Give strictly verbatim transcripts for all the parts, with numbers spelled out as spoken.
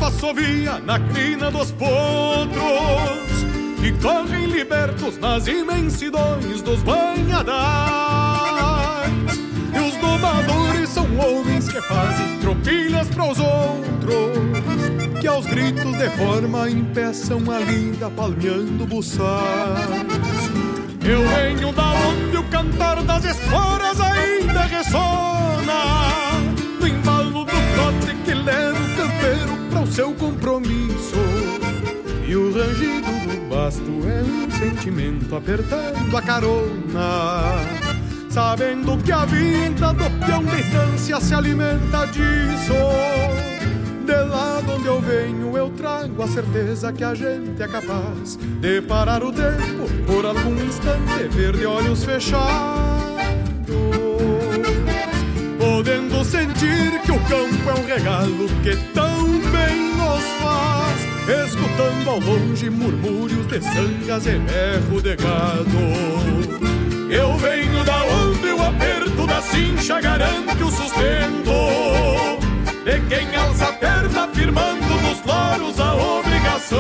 gado assovia na crina dos potros e correm libertos nas imensidões dos banhadais. E os domadores são homens que fazem tropilhas para os outros, que aos gritos de forma impeçam a lida palmeando buçais. Eu venho da onde o cantar das esporas ainda ressona, no embalo do trote que leva o campeiro para o seu compromisso. E o rangido do basto é um sentimento apertando a carona, sabendo que a vida do peão de estância se alimenta disso. De lá de onde eu venho eu trago a certeza que a gente é capaz de parar o tempo por algum instante, ver de olhos fechados, podendo sentir que o campo é um regalo que tão bem nos faz, escutando ao longe murmúrios de sangas e berro de gado. Eu venho da onde o aperto da cincha garante o sustento de quem alça a perna firmando nos loros a obrigação.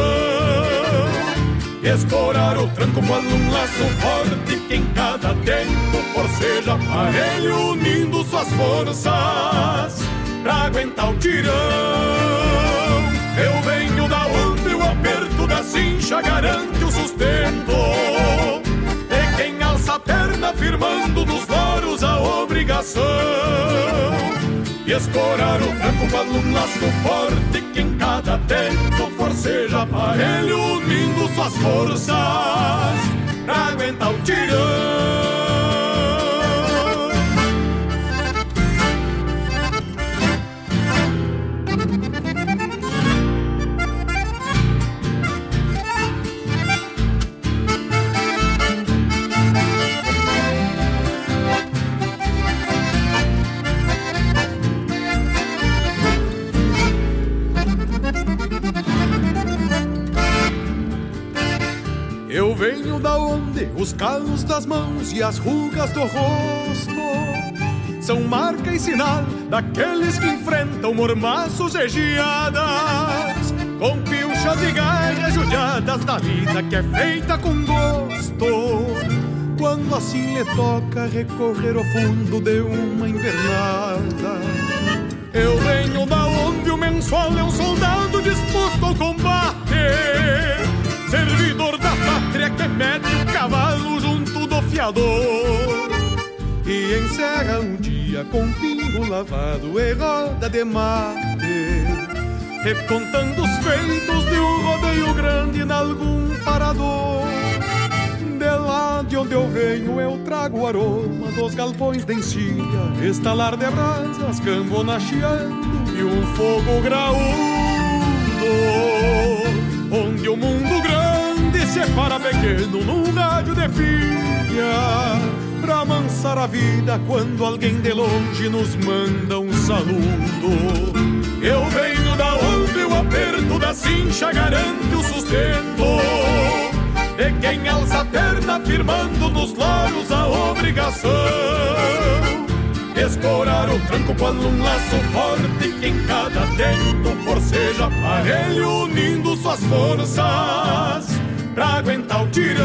Escorar o tranco quando um laço forte que em cada tempo forceja aparelho unindo suas forças pra aguentar o tirão. Eu venho da onde o aperto da cincha garante o sustento de quem alça a perna firmando nos loros a obrigação. E escorar o tranco quando um laço forte que em cada tempo forceja aparelho unindo suas forças pra aguentar o tirão. Eu venho da onde os calos das mãos e as rugas do rosto são marca e sinal daqueles que enfrentam mormaços e geadas, com pilchas e garras judiadas da vida que é feita com gosto. Quando assim lhe toca recorrer ao fundo de uma invernada, eu venho da onde o mensual é um soldado disposto ao combate, servidor da pátria que mete o cavalo junto do fiador e encerra um dia com pingo lavado e roda de mate, recontando os feitos de um rodeio grande em algum parador. De lá de onde eu venho eu trago o aroma dos galpões de encilha, estalar de brasas, cambona chiando e um fogo graúdo, onde o mundo grande separa pequeno num rádio de pilha, pra amansar a vida quando alguém de longe nos manda um saludo. Eu venho da onde o aperto da cincha garante o sustento de quem alça a perna firmando nos loros a obrigação. Escorar o tranco quando um laço forte que em cada tempo forceja aparelho unindo suas forças pra aguentar o tirão.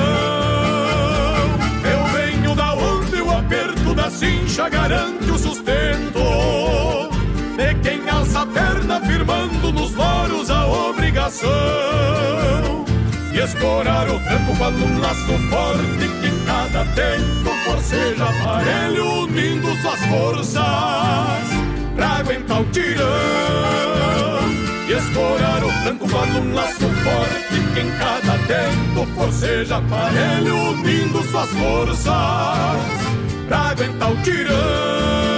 Eu venho da onde o aperto da cincha garante o sustento de quem alça a perna firmando nos loros a obrigação. E escorar o tranco quando um laço forte que em cada tempo forceja aparelho unindo suas forças pra aguentar o tirão. E escorar o tranco quando um laço forte que em cada tempo forceja aparelho unindo suas forças pra aguentar o tirão.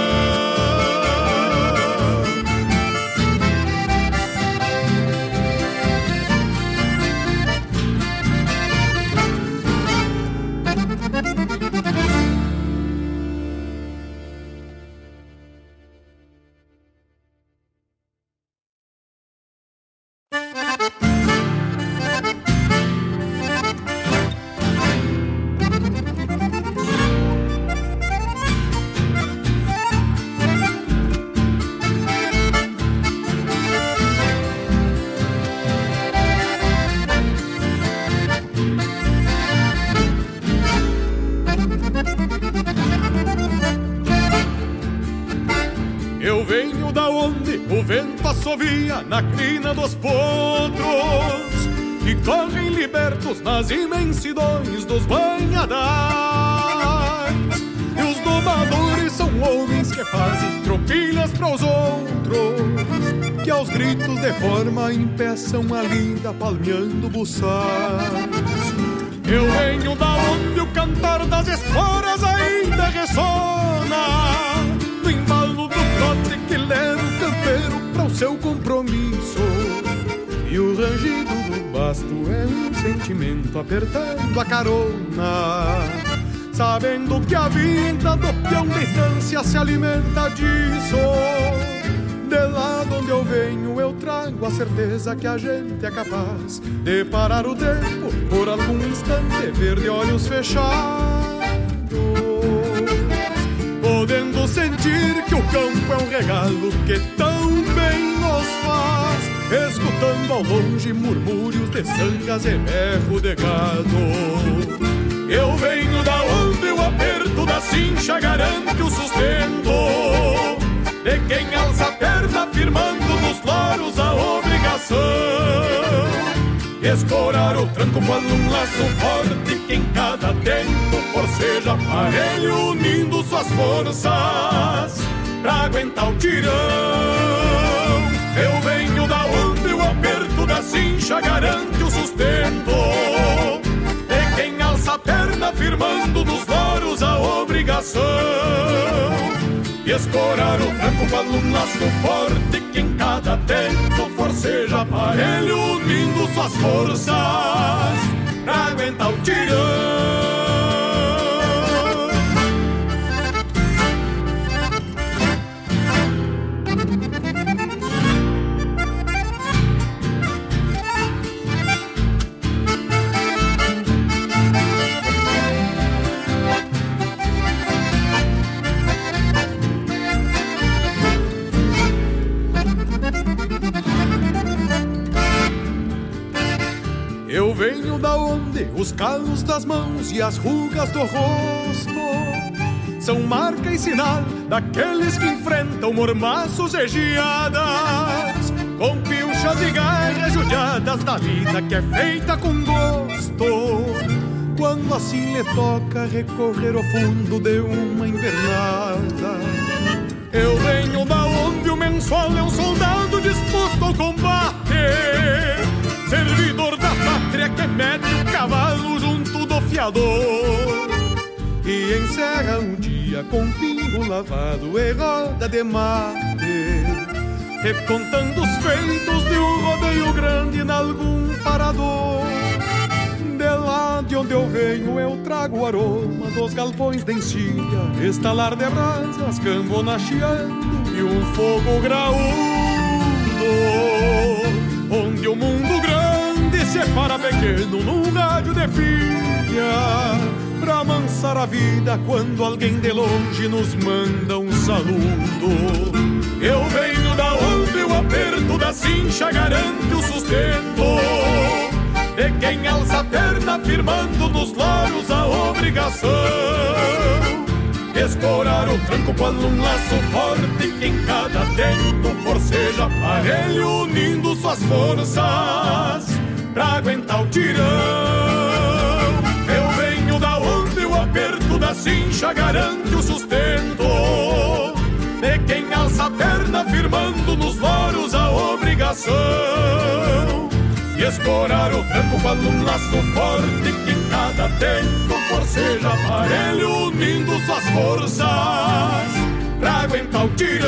assovia na crina dos potros e correm libertos nas imensidões dos banhadais. E os domadores são homens que fazem tropilhas para os outros, que aos gritos de forma empeçam a lida palmeando buçais. Eu venho da onde o cantar das esporas ainda ressona, no embalo do trote que leva o campeiro para o seu compromisso. E o rangido do basto é um sentimento apertando a carona, sabendo que a vida do peão de estância se alimenta disso. De lá de onde eu venho eu trago a certeza que a gente é capaz de parar o tempo por algum instante, ver de olhos fechados, podendo sentir que o campo é um regalo que tão bem nos faz, escutando ao longe murmúrios de sangas e berro de gado. Eu venho da onde o aperto da cincha garante o sustento de quem alça a perna firmando nos loros a obrigação. Escorar o tranco quando um laço forte que em cada tempo forceja aparelho unindo suas forças pra aguentar o tirão. Eu venho da onde o aperto da cincha garante o sustento de quem alça a perna firmando nos loros a obrigação. E escorar o tranco quando um laço forte que em cada tempo forceja aparelho unindo suas forças pra aguentar o tirão. Eu venho da onde os calos das mãos e as rugas do rosto são marca e sinal daqueles que enfrentam mormaços e geadas, com pilchas e garras judiadas da vida que é feita com gosto. Quando assim lhe toca recorrer ao fundo de uma invernada, eu venho da onde o mensual é um soldado disposto ao combate, servidor da pátria que mete o cavalo junto do fiador e encerra um dia com pingo lavado e roda de mate, recontando os feitos de um rodeio grande em algum parador. De lá de onde eu venho eu trago o aroma dos galpões de encilha, estalar de brasas, cambona chiando e um fogo graúdo, onde o mundo grande separa pequeno num rádio de pilha, pra amansar a vida quando alguém de longe nos manda um saludo. Eu venho da onde o aperto da cincha garante o sustento de quem alça a perna firmando nos loros a obrigação. Escorar o tranco quando um laço forte que em cada tempo forceja aparelho unindo suas forças pra aguentar o tirão. Eu venho da onde o aperto da cincha garante o sustento de quem alça a perna firmando nos loros a obrigação. E escorar o tranco quando um laço forte que em cada tempo forceja aparelho unindo suas forças pra aguentar o tirão.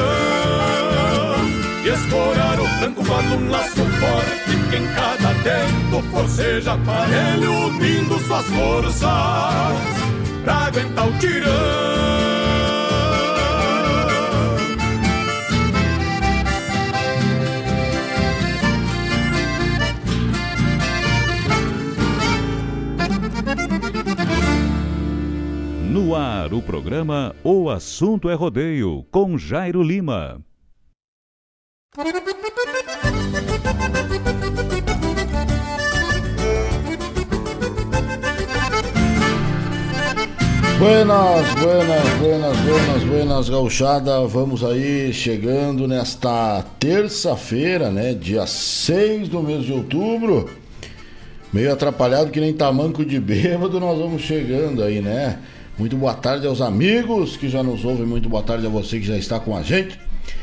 E escorar o tranco quando um laço forte que em cada tempo forceja aparelho unindo suas forças pra aguentar o tirão. No ar, o programa O Assunto é Rodeio, com Jairo Lima. Buenas, buenas, buenas, buenas, buenas, gauchada. Vamos aí chegando nesta terça-feira, né? Dia seis do mês de outubro. Meio atrapalhado que nem tamanco de bêbado, nós vamos chegando aí, né? Muito boa tarde aos amigos que já nos ouvem, muito boa tarde a você que já está com a gente.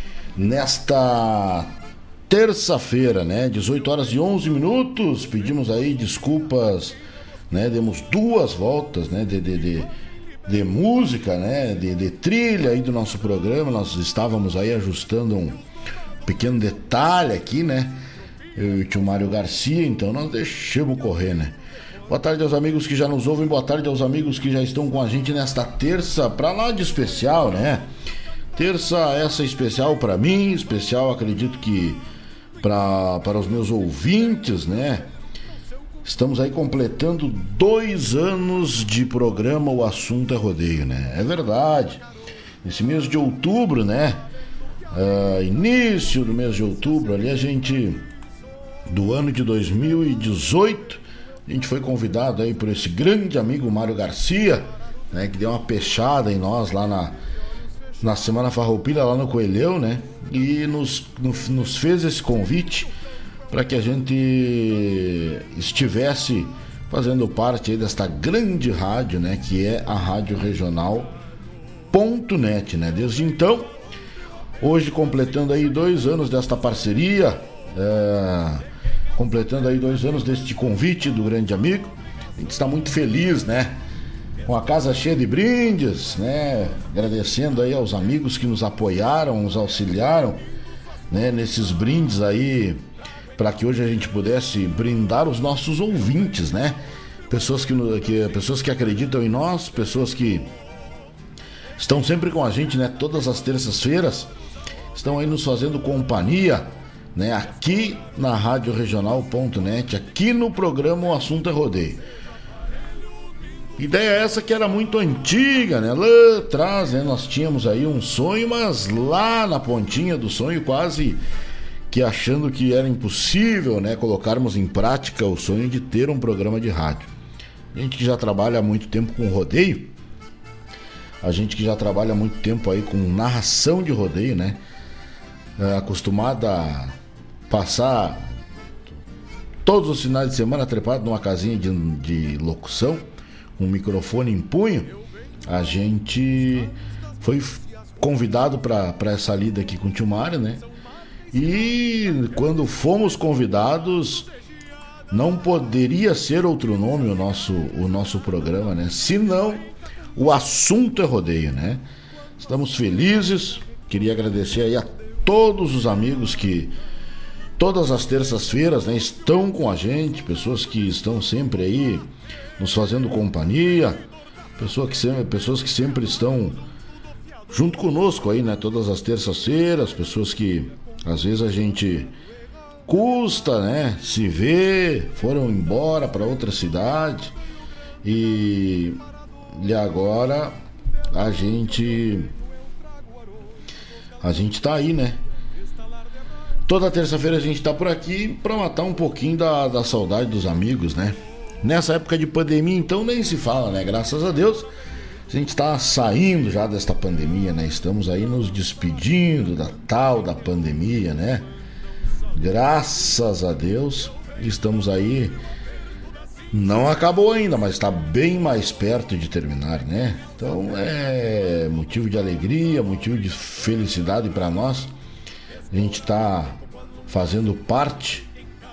Nesta terça-feira, né? dezoito horas e onze minutos. Pedimos aí desculpas, né? Demos duas voltas, né? De... de, de... de música, né, de, de trilha aí do nosso programa. Nós estávamos aí ajustando um pequeno detalhe aqui, né, eu e o tio Mário Garcia, então nós deixamos correr, né. Boa tarde aos amigos que já nos ouvem, boa tarde aos amigos que já estão com a gente nesta terça, pra lá de especial, né, terça essa especial pra mim, especial acredito que pra, para os meus ouvintes, né. Estamos aí completando dois anos de programa O Assunto é Rodeio, né? É verdade. Nesse mês de outubro, né? Uh, início do mês de outubro, ali a gente, do ano de dois mil e dezoito, a gente foi convidado aí por esse grande amigo Mário Garcia, né? Que deu uma pechada em nós lá na, na Semana Farroupilha, lá no Coelhão, né? E nos, no, nos fez esse convite para que a gente estivesse fazendo parte aí desta grande rádio, né, que é a Rádio Regional ponto net, né? Desde então, hoje completando aí dois anos desta parceria, é, completando aí dois anos deste convite do grande amigo, a gente está muito feliz, né? Com a casa cheia de brindes, né? Agradecendo aí aos amigos que nos apoiaram, nos auxiliaram, né? Nesses brindes aí, para que hoje a gente pudesse brindar os nossos ouvintes, né? Pessoas que, que, pessoas que acreditam em nós, pessoas que estão sempre com a gente, né? Todas as terças-feiras, estão aí nos fazendo companhia, né? Aqui na Rádio Regional ponto net, aqui no programa O Assunto é Rodeio. Ideia essa que era muito antiga, né? Lá atrás, né? Nós tínhamos aí um sonho, mas lá na pontinha do sonho, quase que achando que era impossível, né, colocarmos em prática o sonho de ter um programa de rádio. A gente que já trabalha há muito tempo com rodeio, a gente que já trabalha há muito tempo aí com narração de rodeio, né, é, acostumada a passar todos os finais de semana trepado numa casinha de, de locução, com um microfone em punho, a gente foi convidado para essa lida aqui com o tio Mário, né? E quando fomos convidados, não poderia ser outro nome o nosso, o nosso programa, né? Senão O Assunto é Rodeio, né? Estamos felizes, queria agradecer aí a todos os amigos que todas as terças-feiras, né, estão com a gente, pessoas que estão sempre aí nos fazendo companhia, pessoas que sempre, pessoas que sempre estão junto conosco aí, né? Todas as terças-feiras, pessoas que às vezes a gente custa, né, se vê, foram embora para outra cidade e, e agora a gente a gente tá aí, né? Toda terça-feira a gente tá por aqui para matar um pouquinho da, da saudade dos amigos, né? Nessa época de pandemia, então, nem se fala, né? Graças a Deus a gente está saindo já desta pandemia, né? Estamos aí nos despedindo da tal da pandemia, né? Graças a Deus estamos aí. Não acabou ainda, mas está bem mais perto de terminar, né? Então é motivo de alegria, motivo de felicidade para nós. A gente está fazendo parte.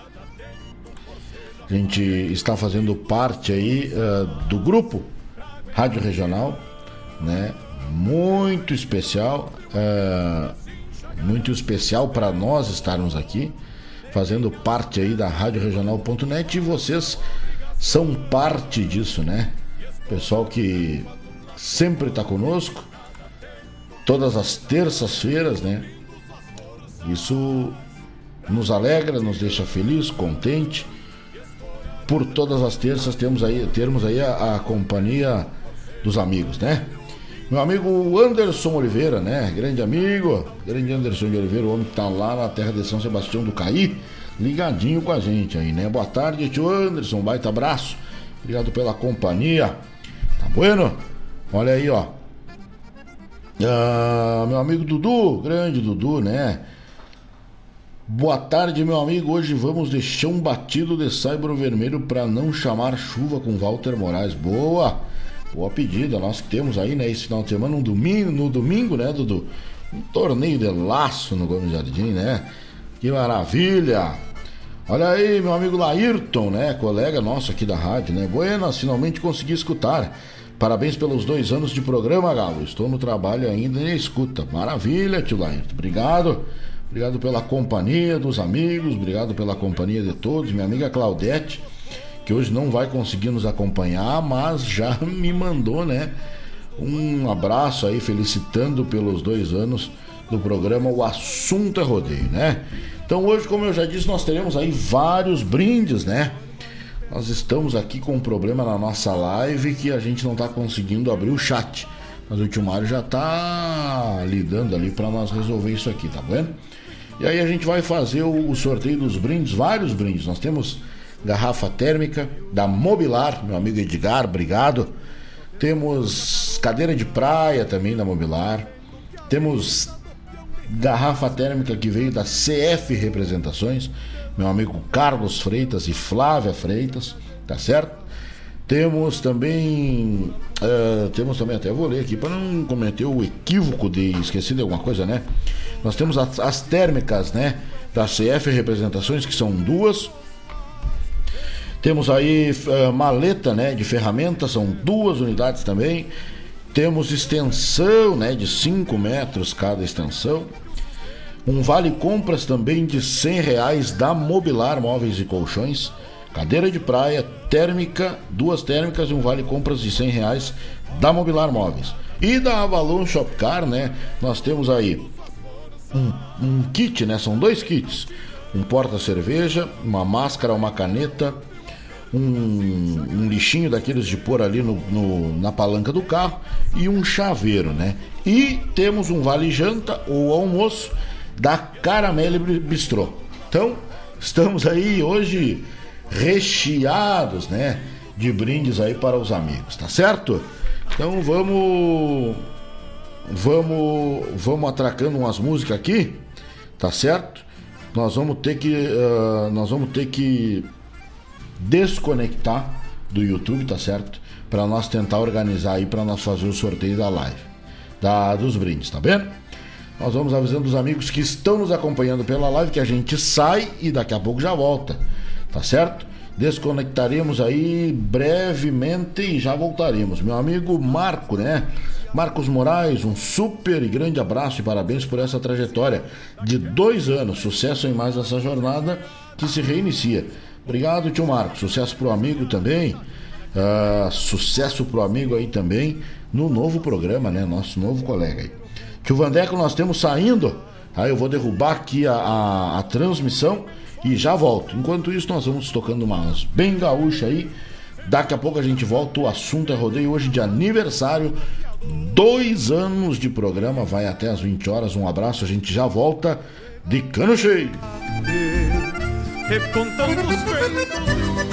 A gente está fazendo parte aí uh, do grupo Rádio Regional, né? Muito especial, uh, muito especial para nós estarmos aqui, fazendo parte aí da Rádio Regional ponto net, e vocês são parte disso, né? Pessoal que sempre está conosco, todas as terças-feiras, né? Isso nos alegra, nos deixa feliz, contente. Por todas as terças temos aí, termos aí a, a companhia dos amigos, né? Meu amigo Anderson Oliveira, né? Grande amigo, grande Anderson de Oliveira, o homem que tá lá na terra de São Sebastião do Caí, ligadinho com a gente aí, né? Boa tarde, tio Anderson, baita abraço, obrigado pela companhia, tá bueno? Olha aí, ó. Ah, meu amigo Dudu, grande Dudu, né? Boa tarde, meu amigo. Hoje vamos de chão batido de saibro vermelho para não chamar chuva com Walter Moraes. Boa! Boa pedida. Nós que temos aí, né, esse final de semana, um domingo, no domingo, né, Dudu? Um torneio de laço no Gomes Jardim, né? Que maravilha! Olha aí, meu amigo Laírton, né? Colega nosso aqui da rádio, né? Buenas, finalmente consegui escutar. Parabéns pelos dois anos de programa, Galo. Estou no trabalho ainda e escuta. Maravilha, tio Laírton. Obrigado. Obrigado pela companhia dos amigos. Obrigado pela companhia de todos. Minha amiga Claudete, que hoje não vai conseguir nos acompanhar, mas já me mandou, né? Um abraço aí, felicitando pelos dois anos do programa O Assunto é Rodeio, né? Então hoje, como eu já disse, nós teremos aí vários brindes, né? Nós estamos aqui com um problema na nossa live que a gente não está conseguindo abrir o chat. Mas o tio Mário já está lidando ali para nós resolver isso aqui, tá vendo? E aí a gente vai fazer o, o sorteio dos brindes, vários brindes. Nós temos garrafa térmica da Mobilar, meu amigo Edgar, obrigado. Temos cadeira de praia também da Mobilar. Temos garrafa térmica que veio da C F Representações, meu amigo Carlos Freitas e Flávia Freitas, tá certo? Temos também uh, temos também, até vou ler aqui para não cometer o equívoco de esquecer de alguma coisa, né? Nós temos as, as térmicas, né, da C F Representações, que são duas. Temos aí uh, maleta, né, de ferramentas, são duas unidades também. Temos extensão, né, de cinco metros cada extensão. Um vale compras também de cem reais da Mobilar Móveis e Colchões. Cadeira de praia, térmica, duas térmicas e um vale compras de cem reais da Mobilar Móveis. E da Avalon Shopcar, né, nós temos aí um, um kit, né, são dois kits. Um porta-cerveja, uma máscara, uma caneta, Um, um lixinho daqueles de pôr ali no, no, na palanca do carro e um chaveiro, né? E temos um vale janta ou almoço da Caramelle Bistrô. Então, estamos aí hoje recheados, né, de brindes aí para os amigos, tá certo? Então vamos vamos vamos atracando umas músicas aqui, tá certo? Nós vamos ter que uh, nós vamos ter que desconectar do YouTube, tá certo? Para nós tentar organizar aí para nós fazer o sorteio da live, da, dos brindes, tá vendo? Nós vamos avisando os amigos que estão nos acompanhando pela live que a gente sai e daqui a pouco já volta, tá certo? Desconectaremos aí brevemente e já voltaremos. Meu amigo Marco, né? Marcos Moraes, um super e grande abraço e parabéns por essa trajetória de dois anos. Sucesso em mais essa jornada que se reinicia. Obrigado, tio Marcos. Sucesso pro amigo também. Uh, sucesso pro amigo aí também no novo programa, né? Nosso novo colega aí. Tio Vandeco, nós temos saindo. Aí eu vou derrubar aqui a, a, a transmissão e já volto. Enquanto isso, nós vamos tocando umas bem gaúcha aí. Daqui a pouco a gente volta. O assunto é rodeio hoje de aniversário. Dois anos de programa. Vai até às vinte horas. Um abraço. A gente já volta de cano cheio. Recontando os feitos.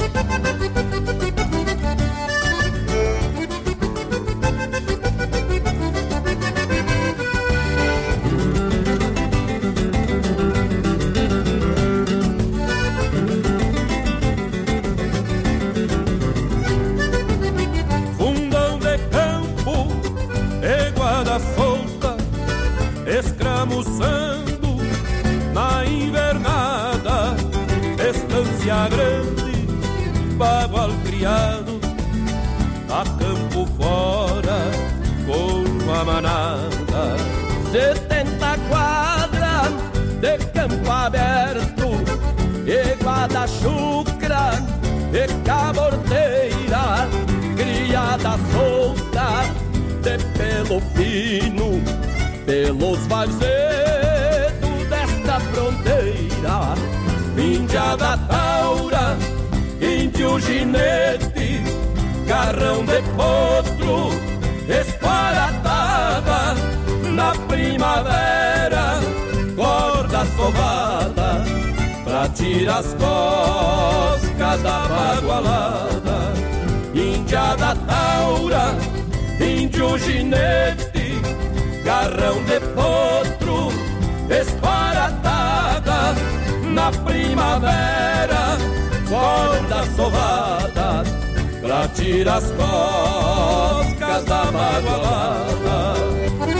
Fundão de campo, eguada solta, escramuçando na invernada. Estância grande, bagual criado, a campo fora com a manada. Setenta quadras de campo aberto, iguada chucra e caborteira, criada solta de pelo fino, pelos varzedos desta fronteira. Índia taura, índio ginete, garrão de potro, esparatada, na primavera, corda sovada, pra tirar as coscas da bagualada. Índia da taura, índio ginete, garrão de potro, esparatada na primavera, corda sovada pra tirar as coscas da magoada.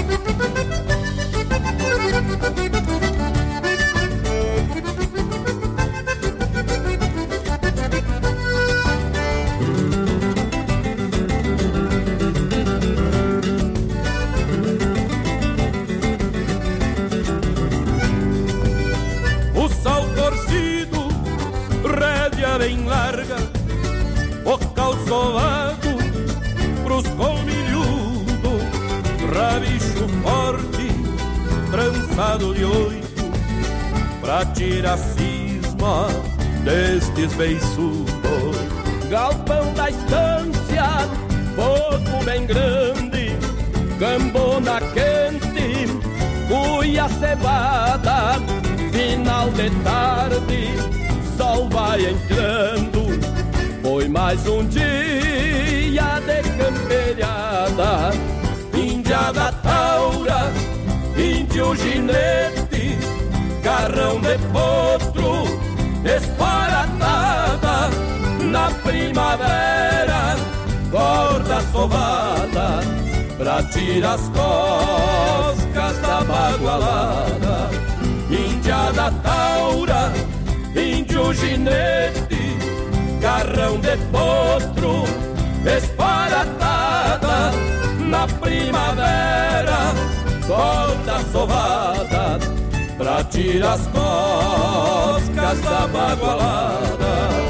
Bem larga, o calçovado pros colmilhudos, rabicho forte, trançado de oito, pra tirar cisma destes beiçudos. Galpão da estância, fogo bem grande, cambona quente, cuia cevada, final de tarde, sol vai entrando, foi mais um dia de camperiada. Indiada taura, índio ginete, carrão de potro, esparatada na primavera, corda sovada pra tirar as coscas da bagualada. Indiada taura, índio ginete, garrão de potro, esparatada na primavera, corda sovada pra tirar as coscas da bagualada.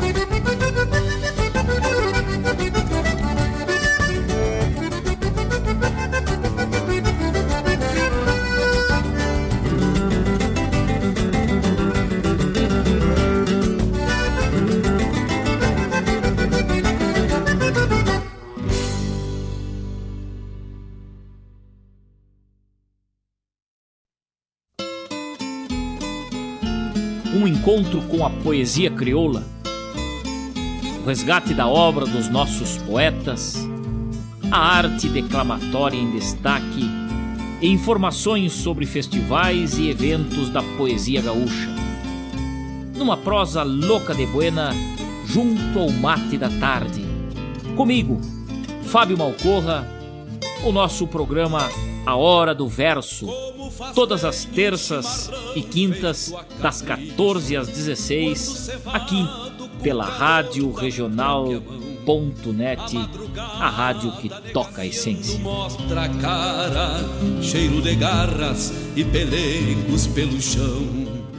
Um encontro com a poesia crioula, o resgate da obra dos nossos poetas, a arte declamatória em destaque e informações sobre festivais e eventos da poesia gaúcha. Numa prosa louca de buena, junto ao mate da tarde. Comigo, Fábio Malcorra, o nosso programa A Hora do Verso, todas as terças e quintas, das quatorze às dezesseis, aqui pela Rádio Regional ponto net, a rádio que toca a essência. Mostra a cara, cheiro de garras e pelegos pelo chão.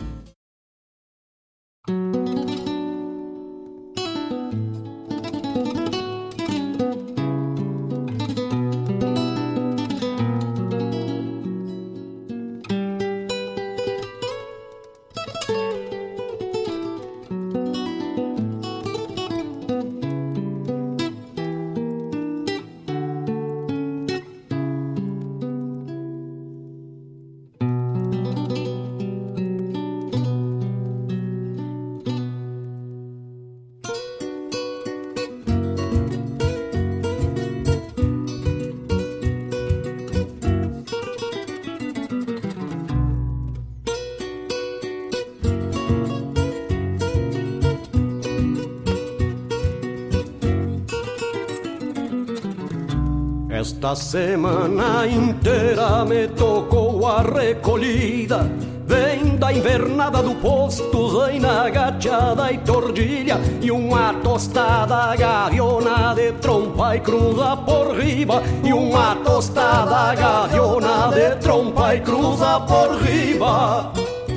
Esta semana inteira me tocou a recolhida, vem da invernada do posto, zaina, gateada e tordilha, e uma tostada garriona de trompa e cruza por riba, e uma tostada garriona de trompa e cruza por riba.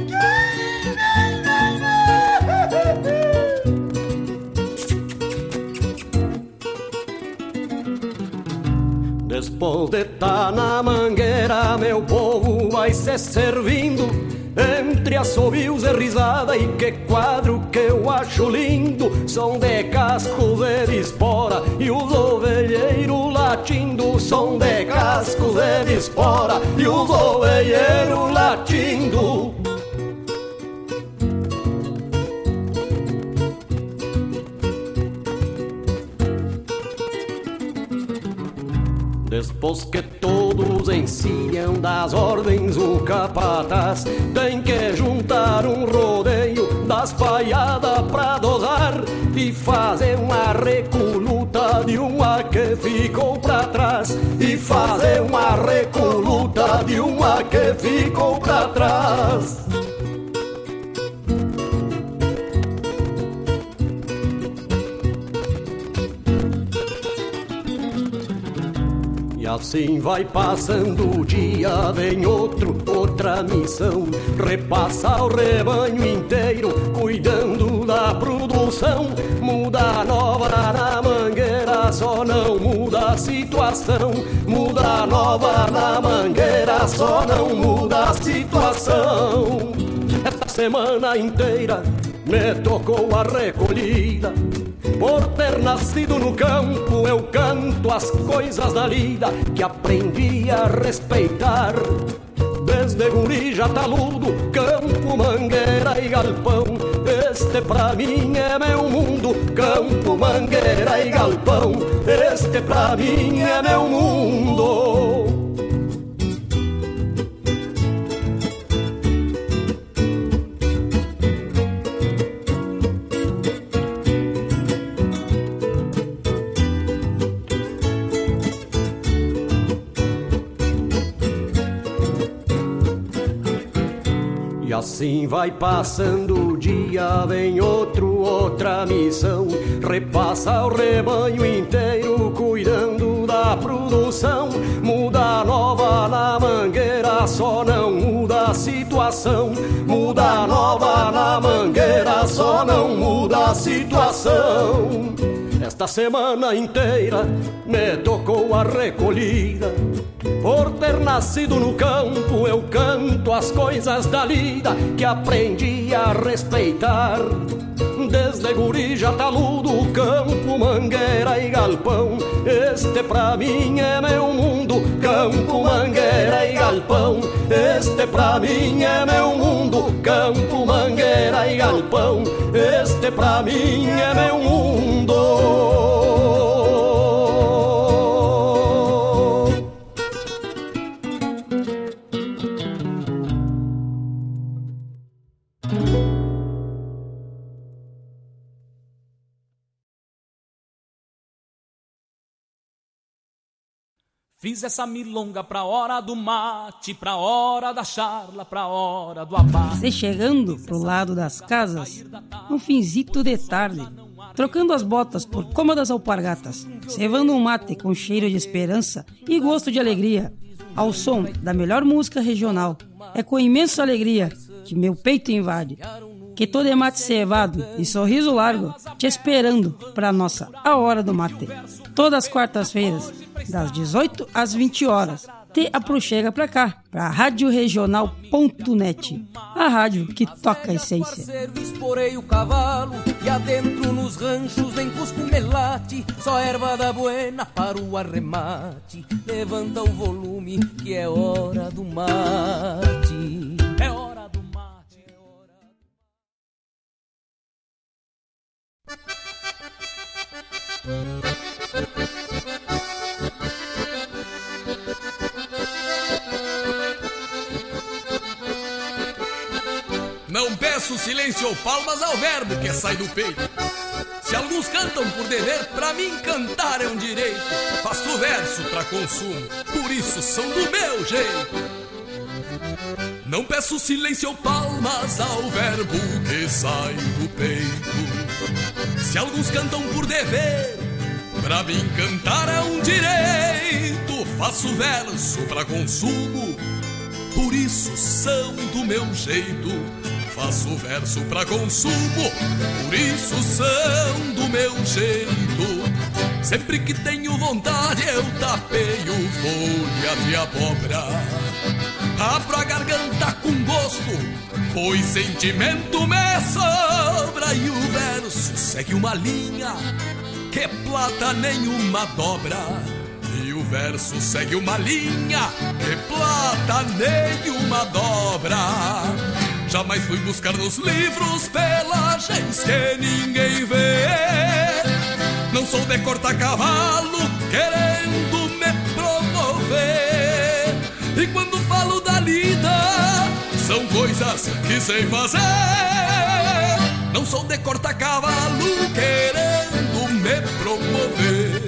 Depois de tá na mangueira, meu povo vai se servindo, entre assobios e risada, e que quadro que eu acho lindo. Som de cascos de espora e os ovelheiros latindo, som de cascos de espora e os ovelheiros latindo. Depois que todos encilham das ordens o capataz, tem que juntar um rodeio das paiadas pra dosar e fazer uma recoluta de uma que ficou pra trás, e fazer uma recoluta de uma que ficou pra trás. Assim vai passando o dia, vem outro, outra missão, repassa o rebanho inteiro, cuidando da produção. Muda nova na mangueira, só não muda a situação. Muda nova na mangueira, só não muda a situação. Esta semana inteira me tocou a recolhida. Por ter nascido no campo, eu canto as coisas da lida que aprendi a respeitar. Desde guri já taludo, campo, mangueira e galpão, este pra mim é meu mundo. Campo, mangueira e galpão, este pra mim é meu mundo. Assim vai passando o dia, vem outro, outra missão, repassa o rebanho inteiro, cuidando da produção. Muda nova na mangueira, só não muda a situação. Muda nova na mangueira, só não muda a situação. Esta semana inteira me tocou a recolhida. Por ter nascido no campo, eu canto as coisas da lida que aprendi a respeitar. Desde guri já taludo, campo, mangueira e galpão, este pra mim é meu mundo. Campo, mangueira e galpão, este pra mim é meu mundo. Campo, mangueira e galpão, este pra mim é meu mundo. Fiz essa milonga pra hora do mate, pra hora da charla, pra hora do abate. Você chegando pro lado das casas, um finzito de tarde, trocando as botas por cômodas alpargatas, cevando um mate com cheiro de esperança e gosto de alegria, ao som da melhor música regional. É com imensa alegria que meu peito invade, que todo é mate cevado e sorriso largo, te esperando pra nossa A Hora do Mate. Todas as quartas-feiras, das dezoito às vinte horas, te aproxega pra cá, pra rádio regional ponto net, a rádio que toca a essência. Esporei o cavalo e adentro nos ranchos vem cusco melate, só erva da buena para o arremate. Levanta o volume que é hora do mate. É hora do mate, é hora do... Não peço silêncio ou palmas ao verbo que sai do peito. Se alguns cantam por dever, pra mim cantar é um direito. Faço verso pra consumo, por isso são do meu jeito. Não peço silêncio ou palmas ao verbo que sai do peito. Se alguns cantam por dever, pra mim cantar é um direito. Faço verso pra consumo, por isso são do meu jeito. Faço verso pra consumo, por isso são do meu jeito. Sempre que tenho vontade eu tapeio folha de abóbora. Abro a garganta com gosto, pois sentimento me sobra. E o verso segue uma linha que plata nenhuma dobra. E o verso segue uma linha que plata nenhuma dobra. Jamais fui buscar nos livros pelagens que ninguém vê. Não sou de cortar cavalo querendo me provar. quando falo da lida, são coisas que sei fazer. Não sou de cortar cavalo querendo me promover.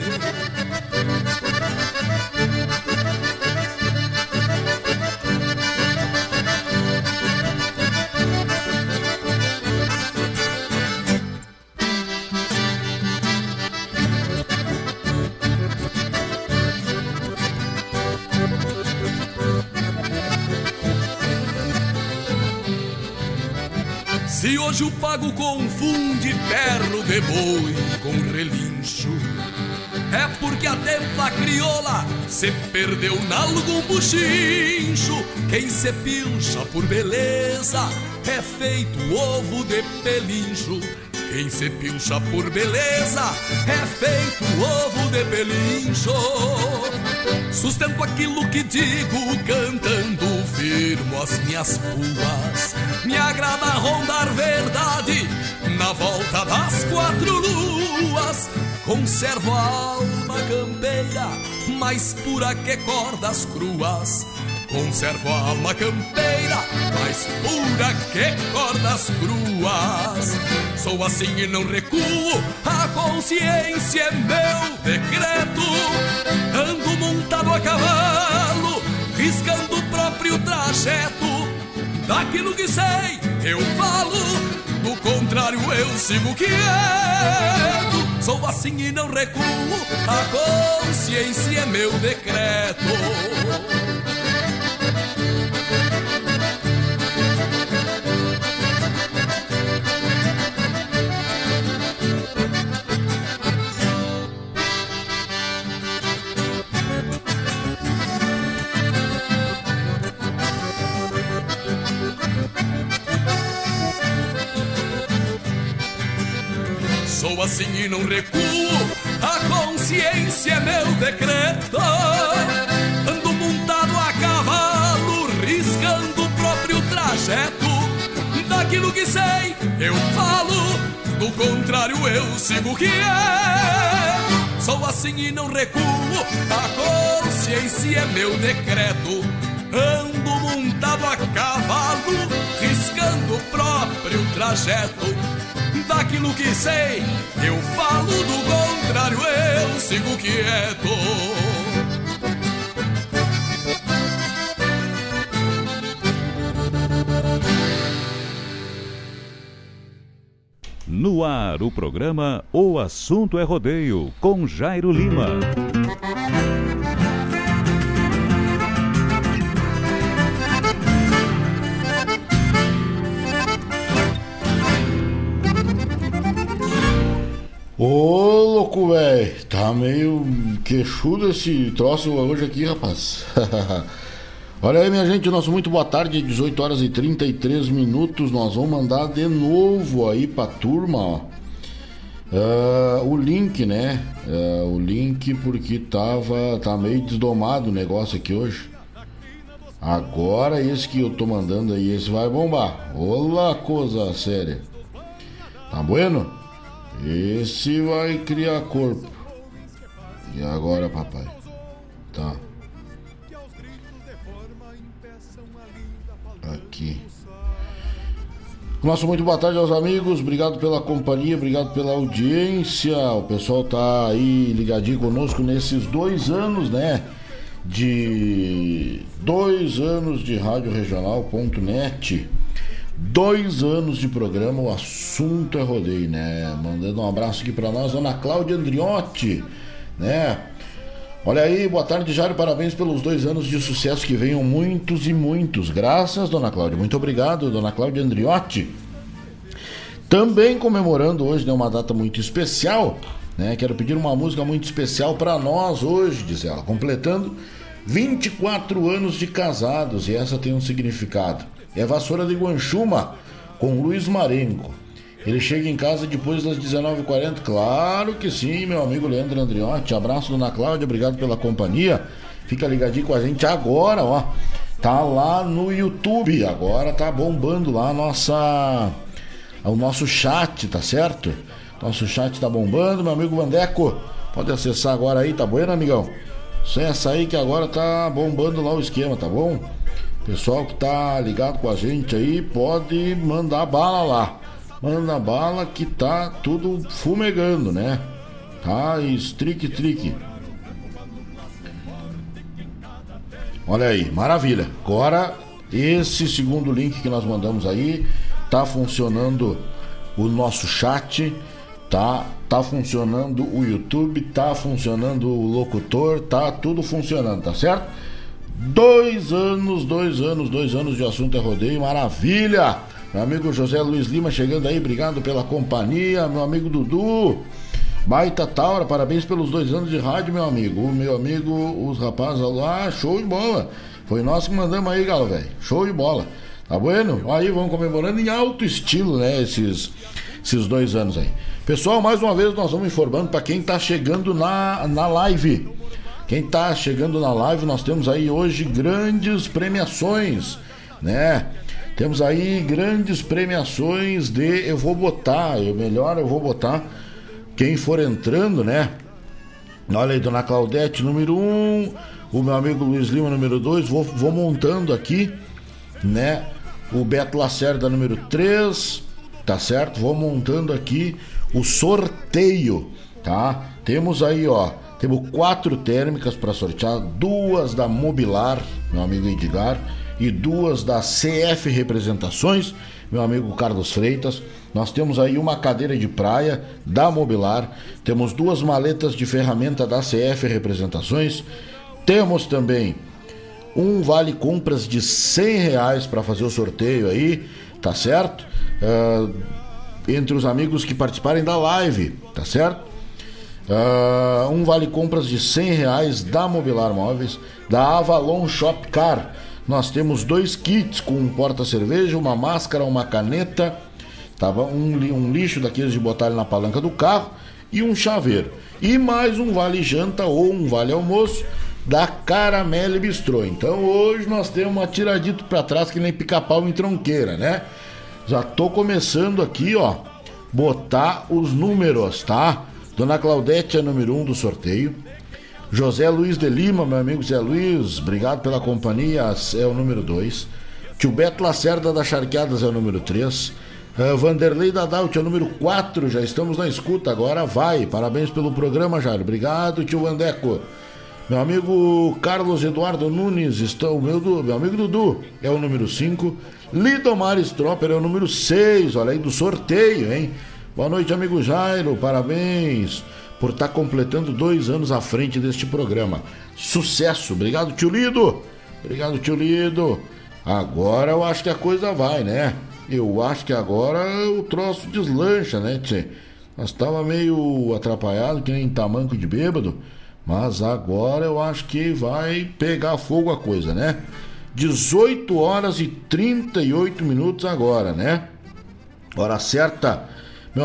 Se hoje o pago confunde perro de boi com relincho, é porque a templa crioula se perdeu nalgum buchincho. Quem se pilcha por beleza é feito ovo de pelincho. Quem se pilcha por beleza é feito ovo de pelincho. Sustento aquilo que digo cantando firmo as minhas puas. Me agrada rondar verdade na volta das quatro luas. Conservo a alma campeira mais pura que cordas cruas. Conservo a alma campeira mais pura que cordas cruas. Sou assim e não recuo, a consciência é meu decreto. Ando montado a cavalo, riscando o próprio trajeto. Daquilo que sei eu falo, do contrário eu sigo quieto. Sou assim e não recuo, a consciência é meu decreto. Sou assim e não recuo, a consciência é meu decreto. Ando montado a cavalo, riscando o próprio trajeto. Daquilo que sei eu falo, do contrário eu sigo quieto. Sou assim e não recuo, a consciência é meu decreto. Ando montado a cavalo, riscando o próprio trajeto. Daquilo que sei eu falo, do contrário eu sigo quieto. No ar, o programa O Assunto é Rodeio, com Jairo Lima. Ô, louco, velho, tá meio queixudo esse troço hoje aqui, rapaz. Olha aí, minha gente, nosso muito boa tarde, dezoito horas e trinta e três minutos. Nós vamos mandar de novo aí pra turma, ó, uh, o link, né? Uh, o link, porque tava, tá meio desdomado o negócio aqui hoje. Agora esse que eu tô mandando aí, esse vai bombar. Olá, coisa séria. Tá bueno? Esse vai criar corpo. E agora, papai? Tá. Aqui. Nosso muito boa tarde aos amigos. Obrigado pela companhia, obrigado pela audiência. O pessoal tá aí ligadinho conosco nesses dois anos, né? De dois anos de Rádio Regional ponto net. Dois anos de programa, o assunto é rodeio, né? Mandando um abraço aqui pra nós, dona Cláudia Andriotti, né? Olha aí, boa tarde, Jário, parabéns pelos dois anos de sucesso, que venham muitos e muitos. Graças, dona Cláudia, muito obrigado, dona Cláudia Andriotti. Também comemorando hoje, né, uma data muito especial, né? Quero pedir uma música muito especial pra nós hoje, diz ela, completando vinte e quatro anos de casados, e essa tem um significado. É Vassoura de Guanchuma, com Luiz Marenco. Ele chega em casa depois das dezenove e quarenta. Claro que sim, meu amigo Leandro Andriotti. Abraço, dona Cláudia, obrigado pela companhia. Fica ligadinho com a gente agora, ó. Tá lá no YouTube, agora tá bombando lá a nossa, o nosso chat, tá certo? Nosso chat tá bombando, meu amigo Vandeco. Pode acessar agora aí, tá bueno, amigão? Sem essa aí que agora tá bombando lá o esquema, tá bom? Pessoal que tá ligado com a gente aí, pode mandar bala lá. Manda bala que tá tudo fumegando, né? Tá, estrique, trique. Olha aí, maravilha. Agora, esse segundo link que nós mandamos aí, tá funcionando o nosso chat, tá, tá funcionando o YouTube, tá funcionando o locutor, tá tudo funcionando, tá certo? Dois anos, dois anos, dois anos de Assunto é Rodeio, maravilha! Meu amigo José Luiz Lima chegando aí, obrigado pela companhia, meu amigo Dudu, baita Taura, parabéns pelos dois anos de rádio, meu amigo. O meu amigo, os rapazes lá, show de bola. Foi nós que mandamos aí, galo, velho. Show de bola. Tá bueno? Aí vamos comemorando em alto estilo, né, esses, esses dois anos aí. Pessoal, mais uma vez nós vamos informando para quem tá chegando na, na live. Quem tá chegando na live, nós temos aí hoje grandes premiações, né? Temos aí grandes premiações de eu vou botar, eu melhor eu vou botar quem for entrando, né? Olha aí, Dona Claudete, número um, o meu amigo Luiz Lima, número dois, vou, vou montando aqui, né? O Beto Lacerda, número três, tá certo? Vou montando aqui o sorteio, tá? Temos aí, ó, temos quatro térmicas para sortear, duas da Mobilar, meu amigo Edgar, e duas da C F Representações, meu amigo Carlos Freitas. Nós temos aí uma cadeira de praia da Mobilar, temos duas maletas de ferramenta da C F Representações, temos também um vale compras de cem reais para fazer o sorteio aí, tá certo? Uh, entre os amigos que participarem da live, tá certo? Uh, um vale compras de cem reais da Mobilar Móveis, da Avalon Shop Car. Nós temos dois kits com um porta-cerveja, uma máscara, uma caneta, tava um, um lixo daqueles de botar ele na palanca do carro e um chaveiro. E mais um vale janta ou um vale almoço da Caramelle Bistrô. Então hoje nós temos uma tiradito pra trás que nem pica-pau em tronqueira, né? Já tô começando aqui, ó, botar os números, tá? Dona Claudete é número um do sorteio. José Luiz de Lima, meu amigo Zé Luiz, obrigado pela companhia, é o número dois. Tio Beto Lacerda da Charqueadas é o número três. Uh, Vanderlei Dadalt é o número quatro, já estamos na escuta, agora vai. Parabéns pelo programa, Jairo. Obrigado, tio Vandeco. Meu amigo Carlos Eduardo Nunes, está, o meu, meu amigo Dudu é o número cinco. Lidomar Stropper é o número seis, olha aí, do sorteio, hein? Boa noite, amigo Jairo, parabéns por estar tá completando dois anos à frente deste programa. Sucesso, obrigado, tio Lido. Obrigado, tio Lido. Agora eu acho que a coisa vai, né? Eu acho que agora o troço deslancha, né, tchê? Nós estava meio atrapalhado, que nem tamanco de bêbado, mas agora eu acho que vai pegar fogo a coisa, né? dezoito horas e trinta e oito minutos agora, né? Hora certa. Meu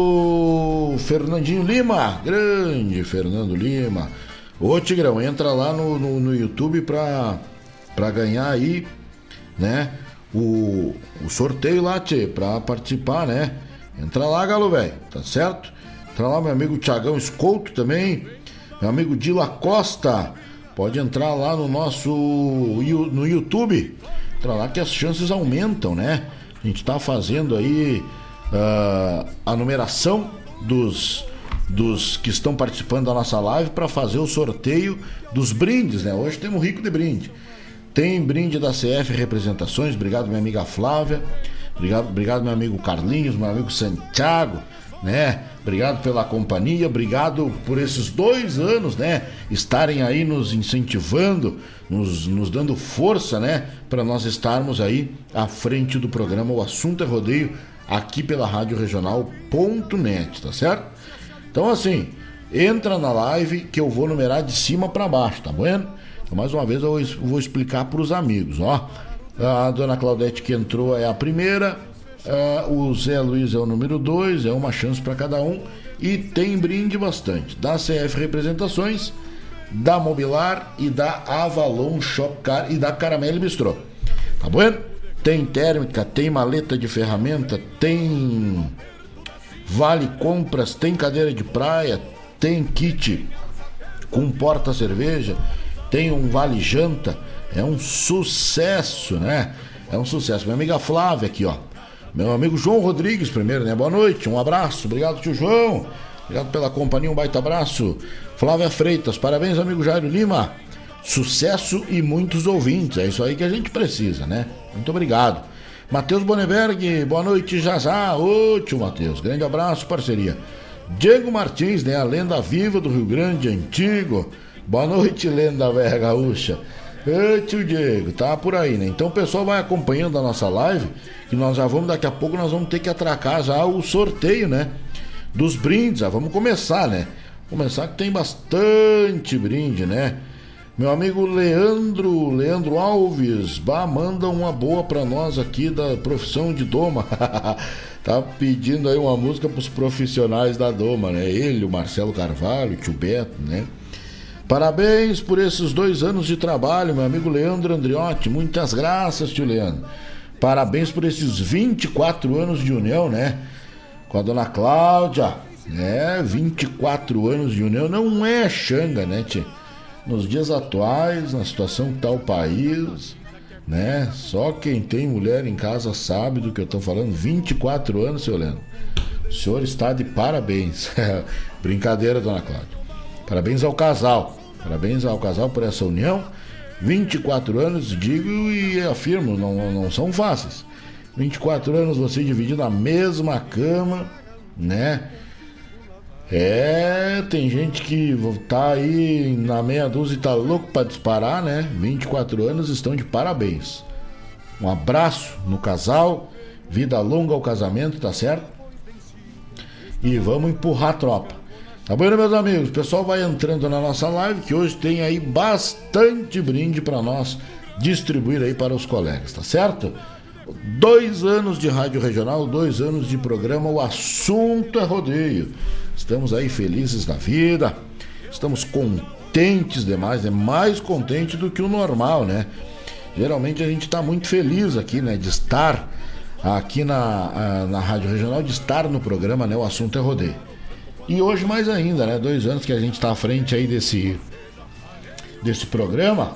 amigo Fernandinho Lima, grande Fernando Lima. Ô Tigrão, entra lá no, no, no YouTube pra, pra ganhar aí, né? O, o sorteio lá, tchê, pra participar, né? Entra lá, galo, velho, tá certo? Entra lá, meu amigo Thiagão Escolto também. Meu amigo Dila Costa. Pode entrar lá no nosso no YouTube. Entra lá que as chances aumentam, né? A gente tá fazendo aí Uh, a numeração dos, dos que estão participando da nossa live para fazer o sorteio dos brindes, né? Hoje temos rico de brinde. Tem brinde da C F Representações, obrigado minha amiga Flávia, obrigado, obrigado meu amigo Carlinhos, meu amigo Santiago, né? Obrigado pela companhia, obrigado por esses dois anos, né? Estarem aí nos incentivando, nos, nos dando força, né? Para nós estarmos aí à frente do programa O Assunto é Rodeio, aqui pela Rádio Regional ponto net, tá certo? Então assim, entra na live que eu vou numerar de cima para baixo, tá bom? Então mais uma vez eu vou explicar para os amigos, ó. A dona Claudete que entrou é a primeira, uh, o Zé Luiz é o número dois, é uma chance para cada um e tem brinde bastante, da C F Representações, da Mobilar e da Avalon Shop Car e da Caramelle Bistrô, tá bom? Tem térmica, tem maleta de ferramenta, tem vale compras, tem cadeira de praia, tem kit com porta-cerveja, tem um vale-janta, é um sucesso, né? É um sucesso. Minha amiga Flávia aqui, ó. Meu amigo João Rodrigues primeiro, né? Boa noite, um abraço, obrigado, tio João. Obrigado pela companhia, um baita abraço. Flávia Freitas, parabéns, amigo Jairo Lima. Sucesso e muitos ouvintes, é isso aí que a gente precisa, né? Muito obrigado. Matheus Boneberg, boa noite, já já. Ô, tio Matheus, grande abraço, parceria. Diego Martins, né? A lenda viva do Rio Grande Antigo. Boa noite, lenda velha gaúcha. Ô, tio Diego, tá por aí, né? Então o pessoal vai acompanhando a nossa live, que nós já vamos, daqui a pouco nós vamos ter que atracar já o sorteio, né? Dos brindes, já vamos começar, né? Começar que tem bastante brinde, né? Meu amigo Leandro, Leandro Alves, bah, manda uma boa pra nós aqui da profissão de doma. Tá pedindo aí uma música pros profissionais da doma, né? Ele, o Marcelo Carvalho, o tio Beto, né? Parabéns por esses dois anos de trabalho, meu amigo Leandro Andriotti. Muitas graças, tio Leandro. Parabéns por esses vinte e quatro anos de união, né? Com a dona Cláudia, né? vinte e quatro anos de união não é xanga, né, tio? Nos dias atuais, na situação que está o país, né? Só quem tem mulher em casa sabe do que eu estou falando. vinte e quatro anos, seu Leandro. O senhor está de parabéns. Brincadeira, dona Cláudia. Parabéns ao casal. Parabéns ao casal por essa união. vinte e quatro anos, digo e afirmo, não, não são fáceis. vinte e quatro anos você dividindo a mesma cama, né? É, tem gente que tá aí na meia dúzia e tá louco pra disparar, né? vinte e quatro anos estão de parabéns. Um abraço no casal, vida longa ao casamento, tá certo? E vamos empurrar a tropa. Tá bom, meus amigos? O pessoal vai entrando na nossa live, que hoje tem aí bastante brinde pra nós distribuir aí para os colegas, tá certo? Dois anos de rádio regional, dois anos de programa, o assunto é rodeio. Estamos aí felizes da vida, estamos contentes demais, é né? mais contente do que o normal, né? Geralmente a gente está muito feliz aqui, né? De estar aqui na, na Rádio Regional, de estar no programa, né? O assunto é rodeio. E hoje mais ainda, né? Dois anos que a gente está à frente aí desse, desse programa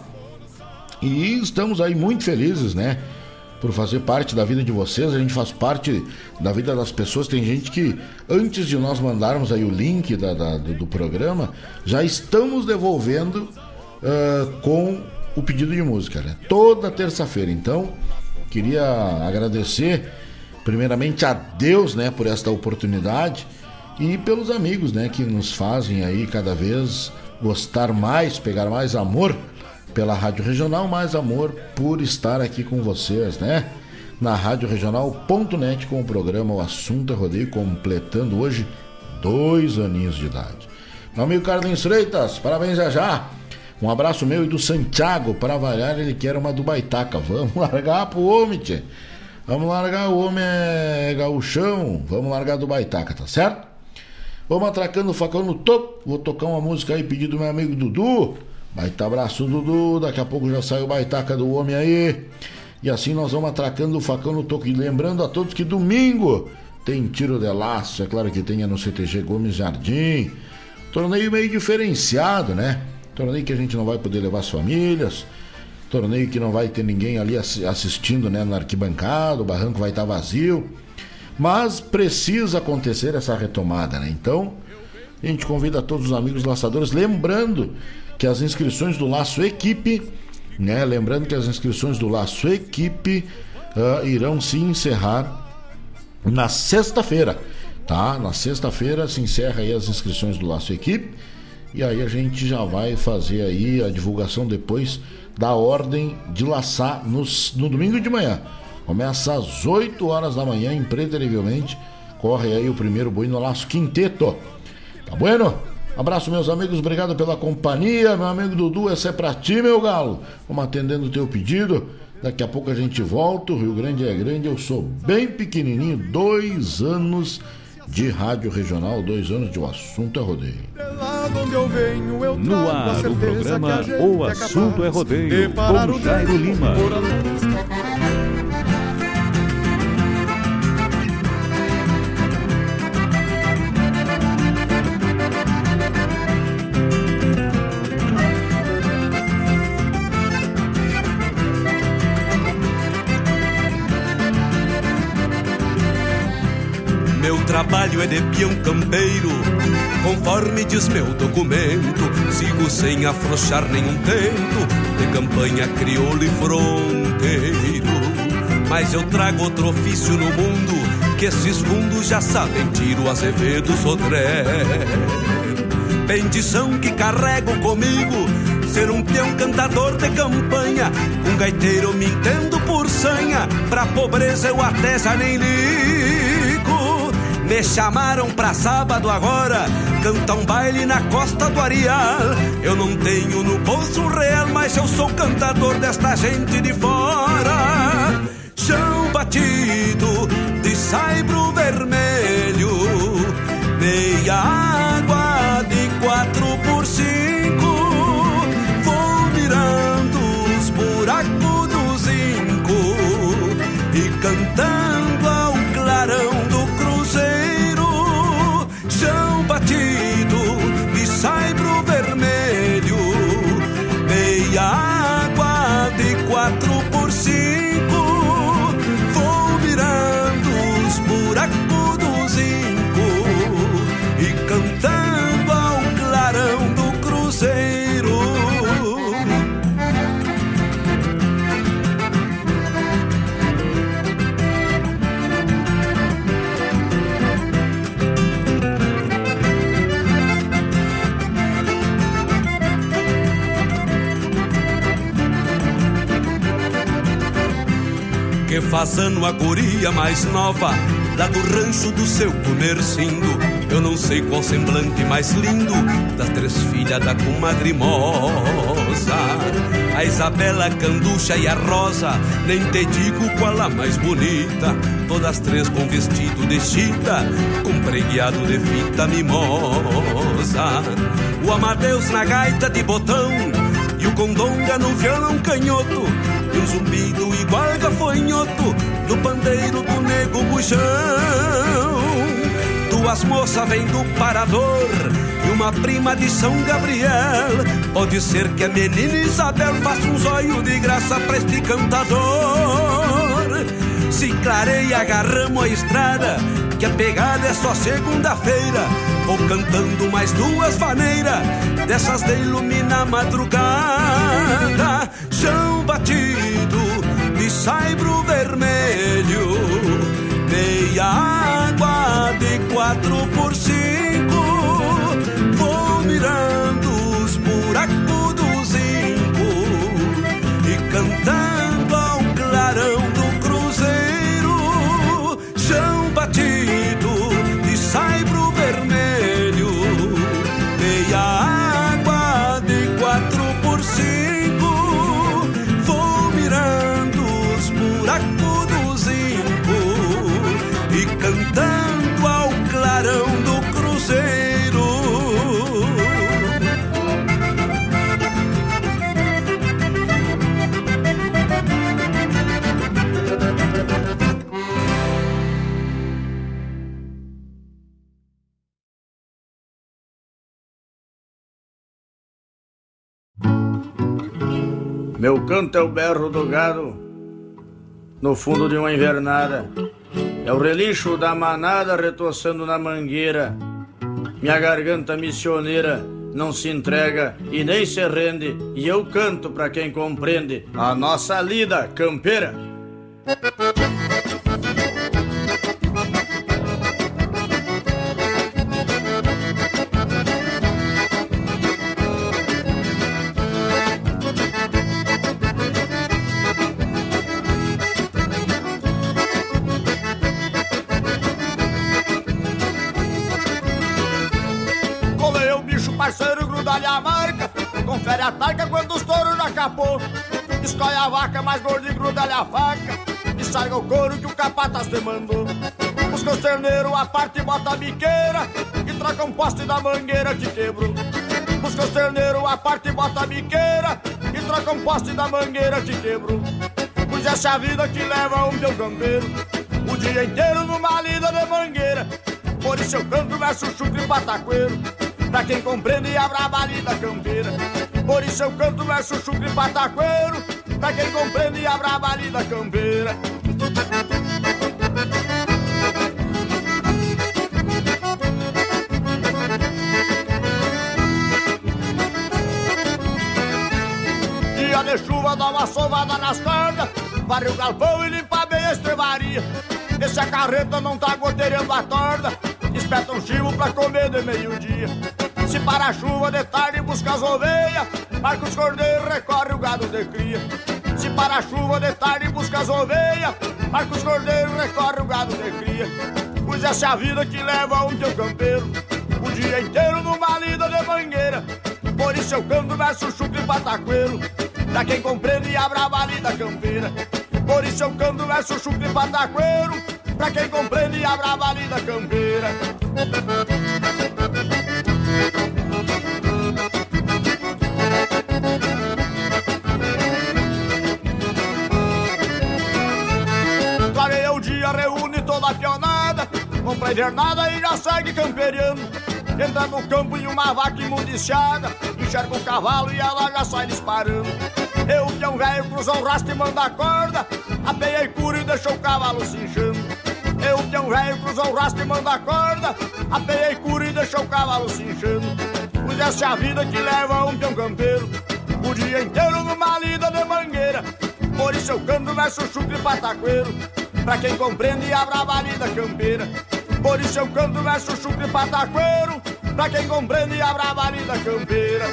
e estamos aí muito felizes, né? Por fazer parte da vida de vocês, a gente faz parte da vida das pessoas. Tem gente que, antes de nós mandarmos aí o link da, da, do, do programa, já estamos devolvendo uh, com o pedido de música, né? Toda terça-feira. Então, queria agradecer primeiramente a Deus, né, por esta oportunidade e pelos amigos, né, que nos fazem aí cada vez gostar mais, pegar mais amor pela Rádio Regional, mais amor por estar aqui com vocês, né? Na rádio regional ponto net com o programa O Assunto é Rodeio, completando hoje dois aninhos de idade. Meu amigo Carlinhos Freitas, parabéns já já. Um abraço meu e do Santiago, para variar, ele quer uma do Baitaca. Vamos largar pro homem, tchê. Vamos largar, o homem é gaúchão, vamos largar do Baitaca, tá certo? Vamos atracando o facão no topo. Vou tocar uma música aí, pedido do meu amigo Dudu. Baita abraço, Dudu. Daqui a pouco já sai o Baitaca do homem aí. E assim nós vamos atracando o facão no toque. E lembrando a todos que domingo tem tiro de laço. É claro que tenha no C T G Gomes Jardim. Torneio meio diferenciado, né? Torneio que a gente não vai poder levar as famílias. Torneio que não vai ter ninguém ali assistindo, né, na arquibancada. O barranco vai estar vazio. Mas precisa acontecer essa retomada, né? Então, a gente convida todos os amigos laçadores. Lembrando que as inscrições do Laço Equipe, né? Lembrando que as inscrições do Laço Equipe uh, irão se encerrar na sexta-feira, tá? Na sexta-feira se encerra aí as inscrições do Laço Equipe e aí a gente já vai fazer aí a divulgação depois da ordem de laçar nos, no domingo de manhã. Começa às oito horas da manhã, impreterivelmente, corre aí o primeiro boi no Laço Quinteto. Tá bueno? Abraço, meus amigos, obrigado pela companhia. Meu amigo Dudu, essa é pra ti, meu galo. Vamos atendendo o teu pedido. Daqui a pouco a gente volta. O Rio Grande é grande, eu sou bem pequenininho. Dois anos de rádio regional, dois anos de O Assunto é Rodeio. No ar, o programa O Assunto é Rodeio, com Jairo Lima. trabalho é de peão campeiro, conforme diz meu documento. Sigo sem afrouxar nenhum tento, de campanha crioulo e fronteiro. Mas eu trago outro ofício no mundo, que esses fundos já sabem, Tiro Azevedo Sodré. Bendição que carrego comigo, ser um peão cantador de campanha. Um gaiteiro me entendo por sanha, pra pobreza eu até já nem ligo. Me chamaram pra sábado agora, cantar um baile na costa do Areal. Eu não tenho no bolso um real, mas eu sou cantador desta gente de fora. Chão batido de saibro vermelho, meia água de quatro por cinco. Vou mirando os buracos do zinco e cantando ao clarão do cruzeiro. Chão batido de saibro vermelho, meia água de quatro por cinco. Vou mirando os buracos do zinco e cantando ao clarão do cruzeiro. Que fazendo a guria mais nova, lá do rancho do seu comercindo. Eu não sei qual semblante mais lindo das três filhas da comadre moça. A Isabela, a Canducha e a Rosa, nem te digo qual a mais bonita. Todas três com vestido de chita, com preguiado de fita mimosa. O Amadeus na gaita de botão e o Condonga no violão canhoto, e um zumbido igual gafanhoto no pandeiro do nego bujão. Duas moças vêm do Parador e uma prima de São Gabriel. Pode ser que a menina Isabel faça um zóio de graça pra este cantador. Se clareia, agarramos a estrada, que a pegada é só segunda-feira. Vou cantando mais duas maneiras, dessas de iluminar a madrugada. Chão batido de saibro vermelho, meia água de quatro por cinco. Vou mirando os buracos do zinco e cantando ao clarão do cruzeiro. Chão batido de saibro vermelho, meia água de quatro por cinco. Vou mirando os buracos do zinco e cantando ao clarão do cruzeiro. Meu canto é o berro do gado no fundo de uma invernada. É o relincho da manada retoçando na mangueira. Minha garganta missioneira não se entrega e nem se rende, e eu canto pra quem compreende a nossa lida campeira. Confere a targa quando os touros já capô. Escolhe a vaca mais gorda e gruda-lhe a faca e sarga o couro que o capataz te mandou. Busca os terneiros, a parte e bota a biqueira e troca um poste da mangueira que quebrou. Busca os terneiros, a parte e bota a biqueira e troca um poste da mangueira que quebrou. Pois essa é a vida que leva um meu campeiro, o dia inteiro numa lida de mangueira. Por isso eu canto verso chucro e pataqueiro, pra quem compreende a braba lida campeira. Por isso eu canto verso chucro e pataqueiro, pra quem compreende a braba lida campeira. para-chuva, dá uma sovada nas cordas, varre o galpão e limpa bem a estrevaria. E se a carreta não tá goteirando a torda, espeta um chivo pra comer de meio-dia. Se para-chuva de tarde busca as ovelhas, marca os cordeiros, recorre o gado de cria. Se para-chuva de tarde busca as ovelhas, marca os cordeiros, recorre o gado de cria. Pois essa é a vida que leva um teu campeiro, o dia inteiro numa lida de mangueira. Por isso eu canto verso chucro e patacoeiro, pra quem compreende e abra a lida campeira. Por isso eu canto verso chucro e patacoeiro, pra quem compreende e abra a lida campeira. Clareia o dia, reúne toda a pionada, vão pra invernada e já segue camperiando. Entra no campo em uma vaca imundiciada, enxerga o cavalo e ela já sai disparando. Eu, que é um velho, cruza o rastro e manda a corda, apeia e cura e deixa o cavalo se inchando. Eu, que é um velho, cruza o rastro e manda a corda, apeia e cura e deixa o cavalo se inchando. Pois essa é a vida que leva um peão campeiro, o dia inteiro numa lida de mangueira. Por isso eu canto verso chucro e patacoeiro, pra quem compreende e abra a lida campeira. Por isso eu canto verso chucro e patacoeiro, pra quem compreende e abra a lida campeira.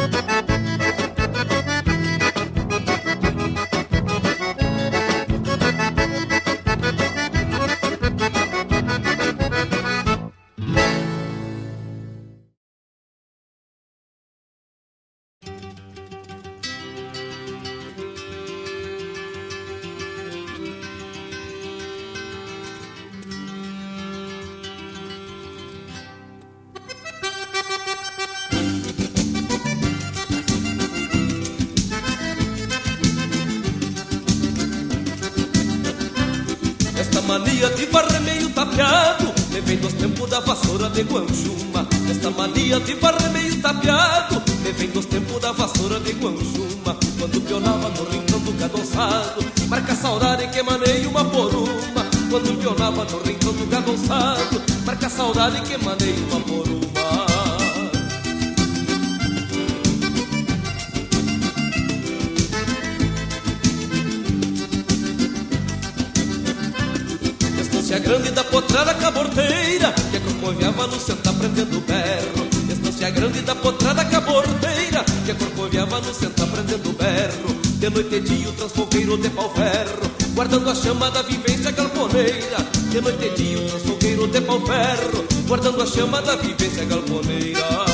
Mania de varrer meio tapeado, levei dos tempos da vassoura de Guanchuma. Esta mania de varrer meio tapeado, levei dos tempos da vassoura de Guanchuma. Quando pionava no rincão do cadonçado, marca a saudade que emanei uma por uma. Quando pionava no rincão do cadonçado, marca a saudade que emanei uma por uma. Estância grande da potrada caborteira, que a corcoviava no centro aprendendo berro. Estância grande da potrada caborteira, que a corcoviava no centro aprendendo berro. De noite e dia o transfogueiro de pau-ferro, guardando a chama da vivência galponeira. De noite e dia o transfogueiro de pau-ferro, guardando a chama da vivência galponeira.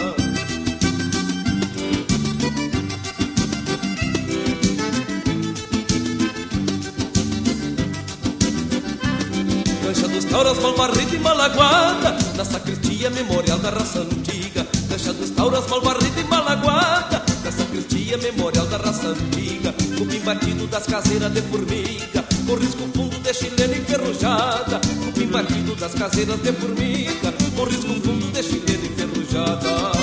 Dos tauras, malvarrida e malaguada, na sacristia memorial da raça antiga. Cancha dos tauras, malvarrida e malaguada, na sacristia memorial da raça antiga. Cupim batido das caseiras de formiga, com risco fundo de chilena enferrujada. Cupim batido das caseiras de formiga, com risco fundo de chilena enferrujada.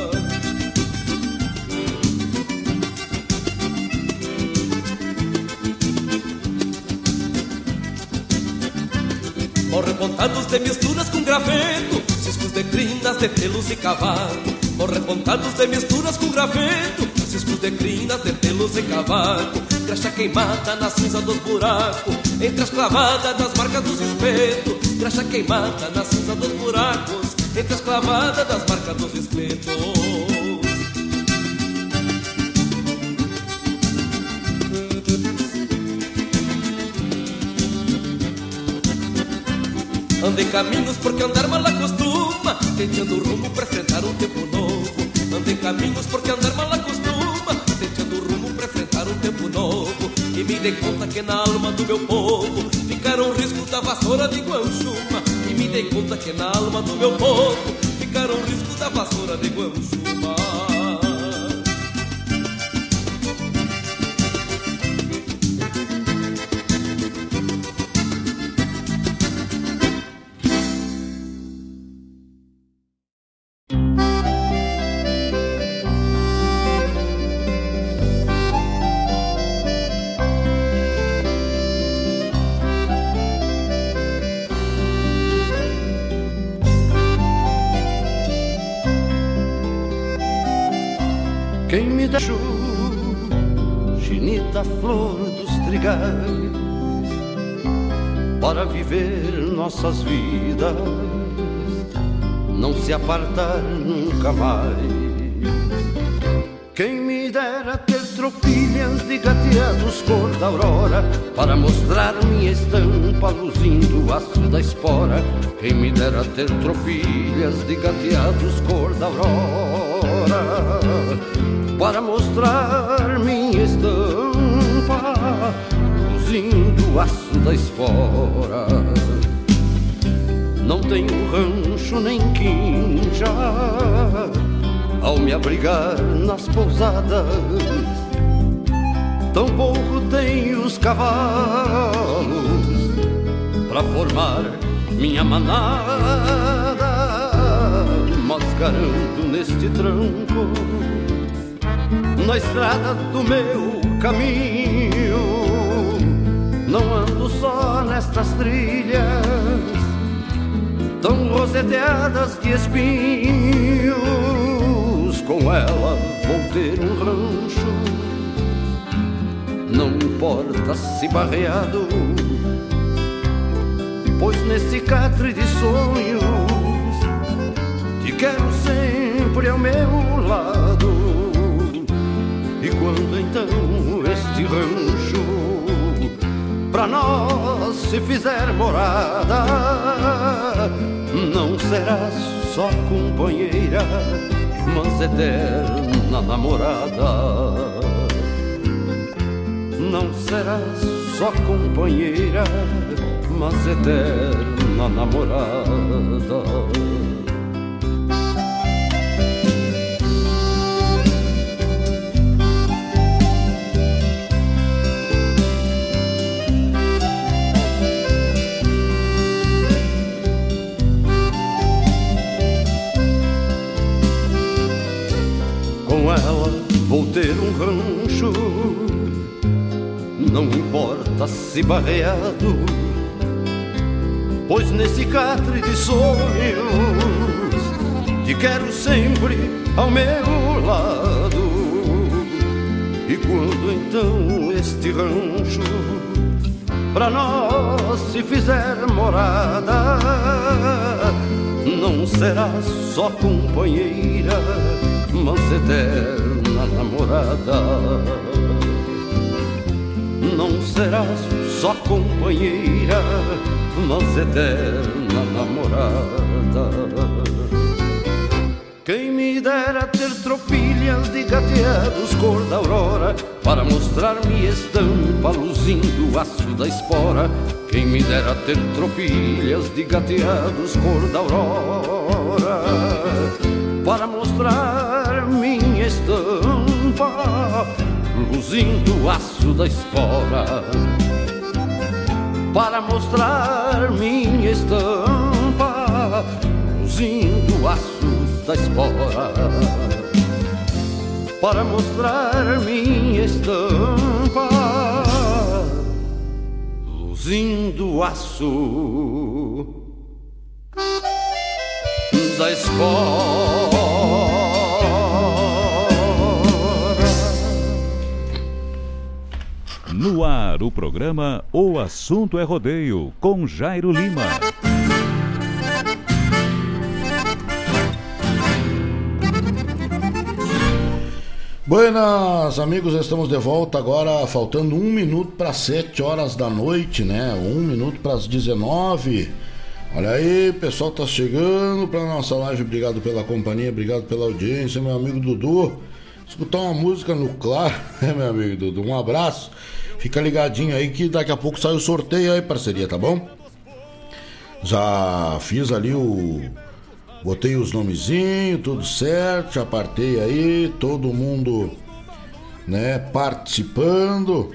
Morrepontados de misturas com graveto, ciscos de crinas de pelos e cavaco. Morrepontados de misturas com graveto, ciscos de crinas de pelos e cavaco. Graxa queimada na cinza dos buracos, entre as clavadas das marcas dos espetos. Graxa queimada na cinza dos buracos, entre as clavadas das marcas dos espetos. Anda em caminhos porque andar mal acostuma, tentando rumo pra enfrentar um tempo novo. Anda em caminhos porque andar mal acostuma, tentando rumo pra enfrentar um tempo novo. E me dei conta que na alma do meu povo ficaram riscos da vassoura de Guanchuma. E me dei conta que na alma do meu povo ficaram riscos da vassoura de Guanchuma. chinita flor dos trigais, para viver nossas vidas, não se apartar nunca mais. Quem me dera ter tropilhas de gateados cor da aurora, para mostrar minha estampa luzindo o aço da espora. Quem me dera ter tropilhas de gateados cor da aurora, para mostrar minha estampa luzindo o aço da espora. Não tenho rancho nem quincha ao me abrigar nas pousadas, tampouco tenho os cavalos pra formar minha manada, mascarando neste tranco na estrada do meu caminho. Não ando só nestas trilhas tão roseteadas de espinhos, com ela vou ter um rancho, não importa se barreado, pois nesse catre de sonhos te quero sempre ao meu lado. E quando então este rancho pra nós se fizer morada, não será só companheira, mas eterna namorada. Não será só companheira, mas eterna namorada. Com ela vou ter um rancho, não importa se barreado, pois nesse catre de sonhos te quero sempre ao meu lado. E quando então este rancho pra nós se fizer morada, não será só companheira, mas eterna namorada. Não será só companheira, mas eterna namorada. Quem me dera ter tropilhas de gateados cor da aurora, para mostrar minha estampa luzindo o aço da espora. Quem me dera ter tropilhas de gateados cor da aurora, para mostrar minha estampa luzindo o aço da espora. Para mostrar minha estampa luzindo o aço da espora. Para mostrar minha estampa luzindo o aço da espora. No ar, o programa O Assunto é Rodeio, com Jairo Lima. Buenas, amigos, estamos de volta agora, faltando um minuto para sete horas da noite, né? Um minuto para as dezenove. Olha aí, pessoal tá chegando para nossa live. Obrigado pela companhia, obrigado pela audiência, meu amigo Dudu. Escutar uma música no claro, é, meu amigo Dudu, um abraço. Fica ligadinho aí que daqui a pouco sai o sorteio aí, parceria, tá bom? Já fiz ali o... Botei os nomezinhos, tudo certo, já partei aí, todo mundo, né, participando.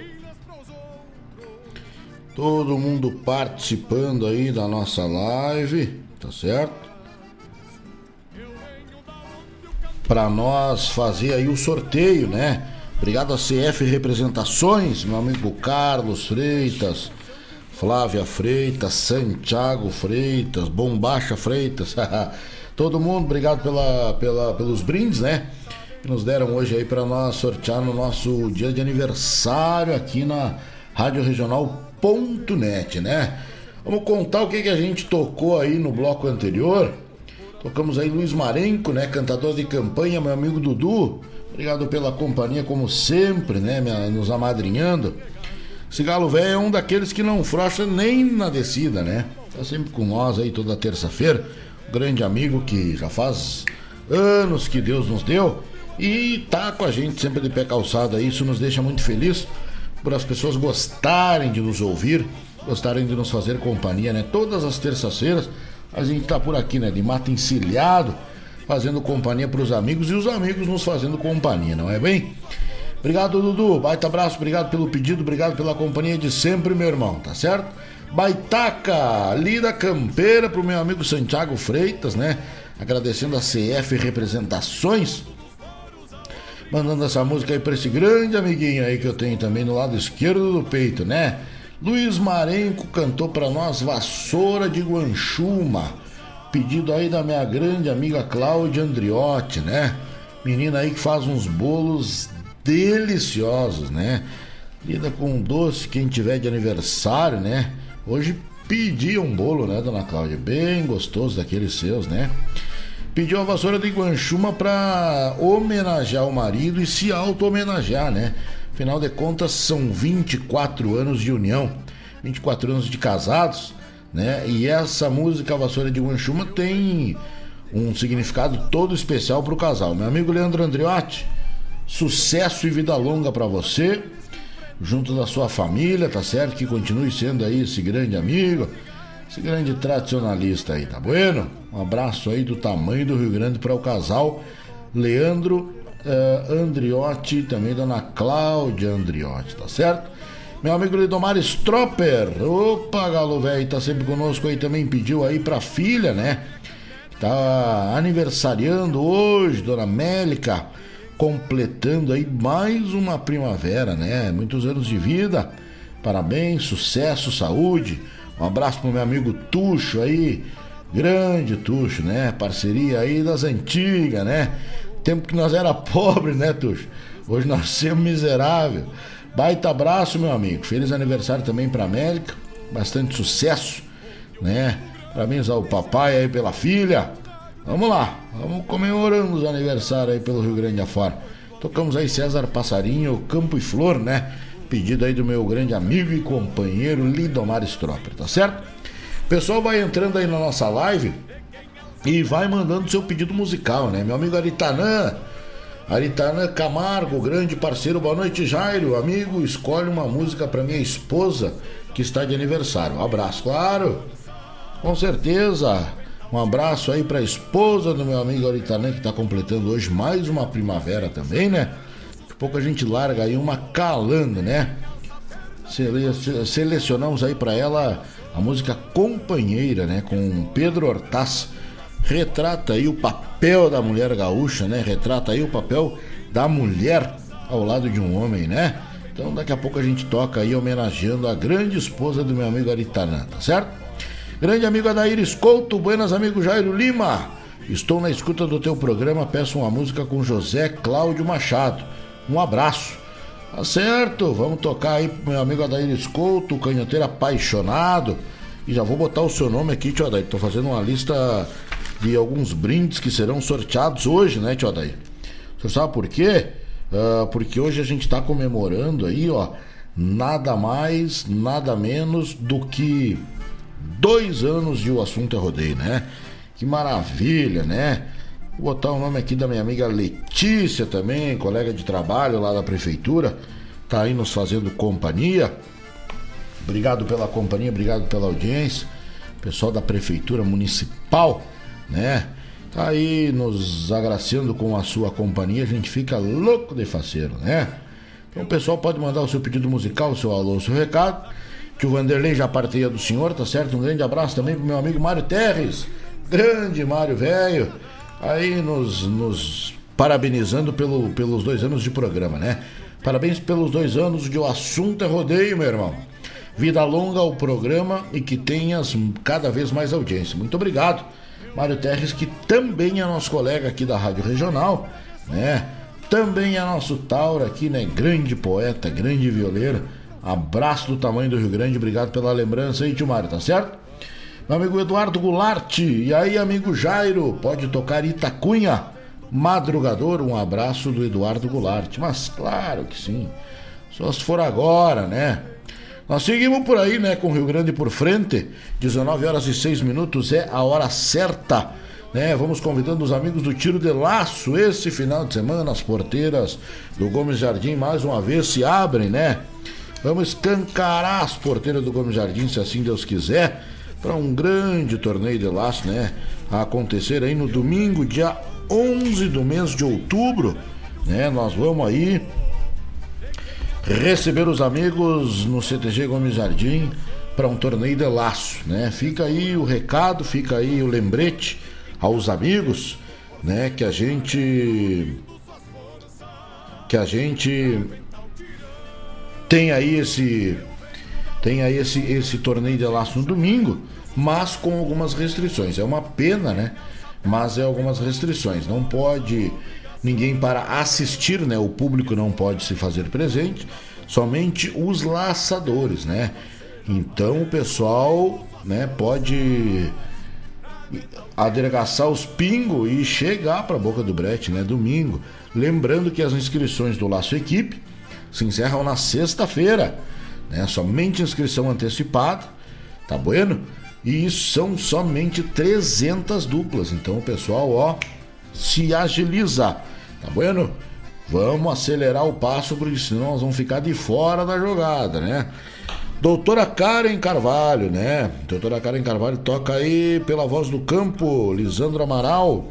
Todo mundo participando aí da nossa live, tá certo? Pra nós fazer aí o sorteio, né? Obrigado a C F Representações, meu amigo Carlos Freitas, Flávia Freitas, Santiago Freitas, Bombacha Freitas, todo mundo, obrigado pela, pela, pelos brindes, né? que nos deram hoje aí para nós sortear no nosso dia de aniversário aqui na rádio regional ponto net, né? Vamos contar o que, que a gente tocou aí no bloco anterior. Tocamos aí Luiz Marenco, né? Cantador de campanha, meu amigo Dudu. Obrigado pela companhia, como sempre, né? Nos amadrinhando. Esse galo velho é um daqueles que não frouxa nem na descida, né? Tá sempre com nós aí toda terça-feira. Um grande amigo que já faz anos que Deus nos deu e tá com a gente sempre de pé calçado aí. Isso nos deixa muito feliz por as pessoas gostarem de nos ouvir, gostarem de nos fazer companhia, né? Todas as terças-feiras a gente tá por aqui, né? De mata encilhado, fazendo companhia pros amigos e os amigos nos fazendo companhia, não é bem? Obrigado, Dudu, baita abraço, obrigado pelo pedido, obrigado pela companhia de sempre, meu irmão, tá certo? Baitaca, ali da Campeira, pro meu amigo Santiago Freitas, né? Agradecendo a C F Representações, mandando essa música aí pra esse grande amiguinho aí que eu tenho também no lado esquerdo do peito, né? Luiz Marenco cantou pra nós Vassoura de Guanchuma, pedido aí da minha grande amiga Cláudia Andriotti, né? Menina aí que faz uns bolos deliciosos, né? Lida com doce, quem tiver de aniversário, né? Hoje pedi um bolo, né, dona Cláudia? Bem gostoso daqueles seus, né? Pediu a vassoura de Guanchuma pra homenagear o marido e se auto-homenagear, né? Afinal de contas, são vinte e quatro anos de união, vinte e quatro anos de casados, né? E essa música, a Vassoura de Guanchuma, tem um significado todo especial pro casal. Meu amigo Leandro Andriotti, sucesso e vida longa pra você, junto da sua família, tá certo? Que continue sendo aí esse grande amigo, esse grande tradicionalista aí, tá bueno? Um abraço aí do tamanho do Rio Grande para o casal Leandro uh, Andriotti, também dona Cláudia Andriotti, tá certo? Meu amigo Lidomar Stropper, opa, galo velho, tá sempre conosco aí também, pediu aí pra filha, né? Tá aniversariando hoje, dona Mélica, completando aí mais uma primavera, né? Muitos anos de vida, parabéns, sucesso, saúde. Um abraço pro meu amigo Tuxo aí, grande Tuxo, né? Parceria aí das antigas, né? Tempo que nós era pobre, né, Tuxo? Hoje nós somos miserável. Baita abraço, meu amigo. Feliz aniversário também pra América, bastante sucesso, né? Parabéns ao papai aí pela filha. Vamos lá, vamos comemorando os aniversários aí pelo Rio Grande afora. Tocamos aí César Passarinho, Campo e Flor, né? Pedido aí do meu grande amigo e companheiro Lidomar Stropper, tá certo? O pessoal vai entrando aí na nossa live e vai mandando seu pedido musical, né? Meu amigo Aritanã, Aritanã Camargo, grande parceiro, boa noite, Jairo. Amigo, escolhe uma música pra minha esposa que está de aniversário. Um abraço, claro, com certeza. Um abraço aí pra esposa do meu amigo Aritanã, que tá completando hoje mais uma primavera também, né? Daqui a pouco a gente larga aí uma calando, né? Sele- selecionamos aí pra ela a música Companheira, né? Com Pedro Hortaz. Retrata aí o papel da mulher gaúcha, né? Retrata aí o papel da mulher ao lado de um homem, né? Então daqui a pouco a gente toca aí homenageando a grande esposa do meu amigo Aritanã, tá certo? Grande amigo Adair Couto, buenas amigo Jairo Lima. Estou na escuta do teu programa, peço uma música com José Cláudio Machado. Um abraço. Tá certo, vamos tocar aí pro meu amigo Adair Couto, canhoteiro apaixonado. E já vou botar o seu nome aqui, tio Adair. Tô fazendo uma lista de alguns brindes que serão sorteados hoje, né, tio Adair? O senhor sabe por quê? Uh, porque hoje a gente tá comemorando aí, ó, nada mais, nada menos do que dois anos de O Assunto é Rodeio, né? Que maravilha, né? Vou botar o nome aqui da minha amiga Letícia também, colega de trabalho lá da prefeitura, tá aí nos fazendo companhia. Obrigado pela companhia, obrigado pela audiência. Pessoal da prefeitura municipal, né? Tá aí nos agraciando com a sua companhia, a gente fica louco de faceiro, né? Então o pessoal pode mandar o seu pedido musical, o seu alô, o seu recado. Que o Vanderlei já partilha do senhor, tá certo? Um grande abraço também pro meu amigo Mário Terres, grande Mário velho, aí nos, nos parabenizando pelo, pelos dois anos de programa, né? Parabéns pelos dois anos de O Assunto é Rodeio, meu irmão. Vida longa ao programa e que tenhas cada vez mais audiência. Muito obrigado, Mário Terres, que também é nosso colega aqui da Rádio Regional, né? Também é nosso Tauro aqui, né? Grande poeta, grande violeiro. Abraço do tamanho do Rio Grande, obrigado pela lembrança aí, tio Mário, tá certo? Meu amigo Eduardo Goulart, e aí, amigo Jairo, pode tocar Itacunha, Madrugador, um abraço do Eduardo Goulart. Mas claro que sim, só se for agora, né? Nós seguimos por aí, né, com o Rio Grande por frente. Dezenove horas e seis minutos é a hora certa, né? Vamos convidando os amigos do Tiro de Laço. Esse final de semana as porteiras do Gomes Jardim mais uma vez se abrem, né? Vamos escancarar as porteiras do Gomes Jardim, se assim Deus quiser, para um grande torneio de laço, né? A acontecer aí no domingo, dia onze do mês de outubro, né? Nós vamos aí receber os amigos no C T G Gomes Jardim para um torneio de laço, né? Fica aí o recado, fica aí o lembrete aos amigos, né? Que a gente que a gente tem aí esse tem aí esse esse torneio de laço no domingo, mas com algumas restrições. É uma pena, né? Mas é algumas restrições. Não pode ninguém para assistir, né? O público não pode se fazer presente, somente os laçadores, né? Então o pessoal, né, pode adereçar os pingos e chegar para a boca do brete, né? Domingo. Lembrando que as inscrições do Laço Equipe se encerram na sexta-feira, né? Somente inscrição antecipada, tá bueno? E são somente trezentas duplas. Então o pessoal, ó, se agiliza, tá bueno? Vamos acelerar o passo, porque senão nós vamos ficar de fora da jogada, né? Doutora Karen Carvalho, né? Doutora Karen Carvalho toca aí pela Voz do Campo, Lisandro Amaral.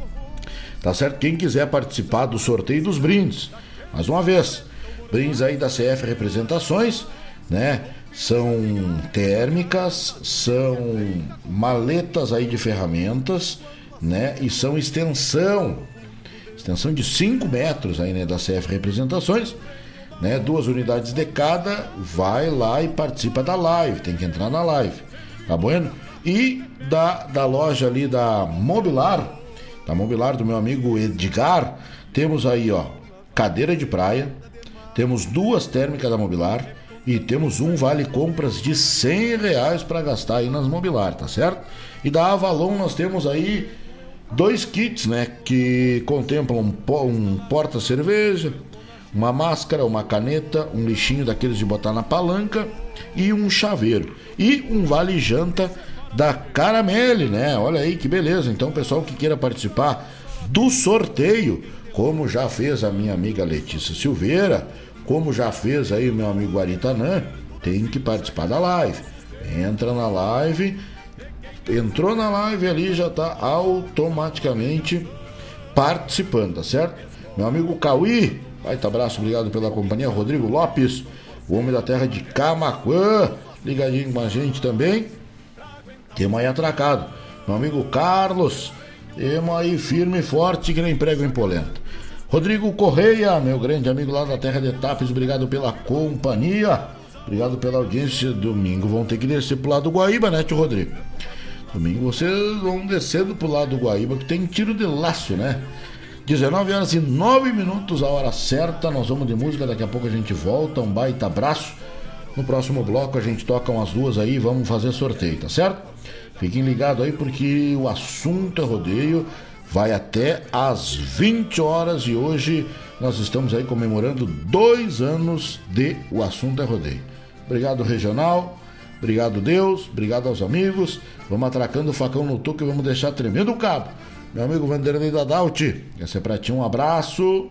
Tá certo? Quem quiser participar do sorteio dos brindes, mais uma vez, brindes aí da C F Representações, né? São térmicas, são maletas aí de ferramentas, né? E são extensão, extensão de cinco metros aí, né? Da C F Representações, né? Duas unidades de cada. Vai lá e participa da live, tem que entrar na live, tá bueno? E da, da loja ali da Mobilar, da Mobilar do meu amigo Edgar, temos aí, ó, cadeira de praia, temos duas térmicas da Mobilar e temos um vale compras de cem reais para gastar aí nas Mobilar, tá certo? E da Avalon nós temos aí dois kits, né, que contemplam um, um porta-cerveja, uma máscara, uma caneta, um lixinho daqueles de botar na palanca e um chaveiro. E um vale janta da Caramelle, né? Olha aí que beleza. Então, pessoal que queira participar do sorteio, como já fez a minha amiga Letícia Silveira, como já fez aí o meu amigo Aritanã, tem que participar da live. Entra na live, entrou na live ali, já tá automaticamente participando, tá certo? Meu amigo Cauí, baita abraço, obrigado pela companhia. Rodrigo Lopes, o homem da terra de Camaquã, ligadinho com a gente também. Temos aí atracado. Meu amigo Carlos, temos aí firme e forte que nem prego em polenta. Rodrigo Correia, meu grande amigo lá da terra de Tapes, obrigado pela companhia, obrigado pela audiência. Domingo vão ter que descer pro lado do Guaíba, né, tio Rodrigo? Domingo vocês vão descendo pro lado do Guaíba, que tem tiro de laço, né? dezenove horas e nove minutos, a hora certa. Nós vamos de música, daqui a pouco a gente volta. Um baita abraço. No próximo bloco a gente toca umas duas aí, vamos fazer sorteio, tá certo? Fiquem ligados aí, porque o assunto é rodeio, vai até às vinte horas e hoje nós estamos aí comemorando dois anos de O Assunto é Rodeio. Obrigado, Regional, obrigado, Deus, obrigado aos amigos. Vamos atracando o facão no toque e vamos deixar tremendo o cabo. Meu amigo Vanderlei Dadalti, esse é pra ti, um abraço.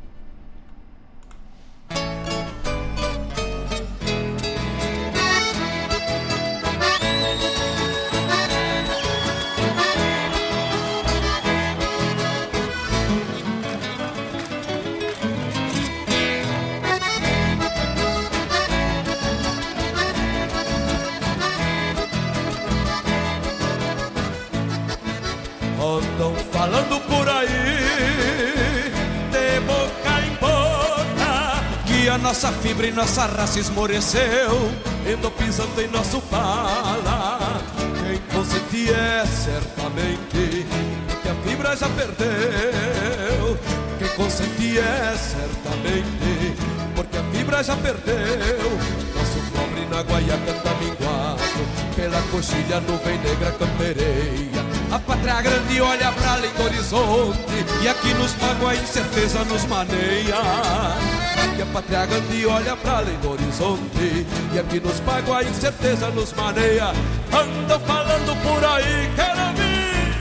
Andam falando por aí, de boca em boca, que a nossa fibra e nossa raça esmoreceu, indo pisando em nosso pala. Quem consente é certamente que a fibra já perdeu. Quem consente consenti é certamente, porque a fibra já perdeu. Nosso pobre na guaia canta minguado, pela coxilha nuvem negra campereia. A pátria grande olha pra além do horizonte, e aqui nos pago a incerteza nos maneia. E a pátria grande olha pra além do horizonte, e aqui nos pago a incerteza nos maneia. Andam falando por aí, quero vir,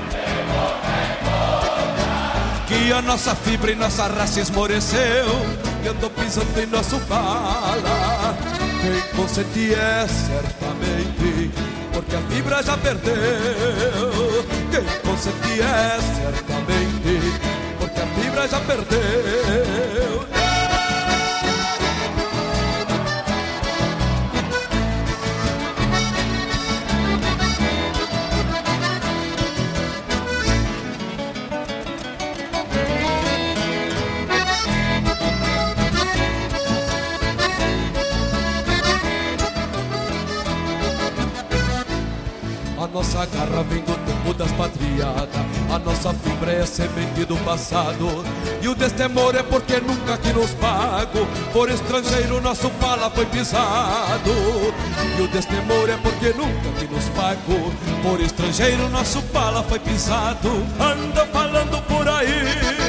que a nossa fibra e nossa raça esmoreceu, e andam pisando em nosso bala. Quem consente é certamente, porque a fibra já perdeu. Quem consente é certamente, porque a fibra já perdeu. A nossa garra vem do tempo das patriadas, a nossa fibra é semente do passado, e o destemor é porque nunca aqui nos pago, por estrangeiro nosso pala foi pisado. E o destemor é porque nunca aqui nos pago, por estrangeiro nosso pala foi pisado. Anda falando por aí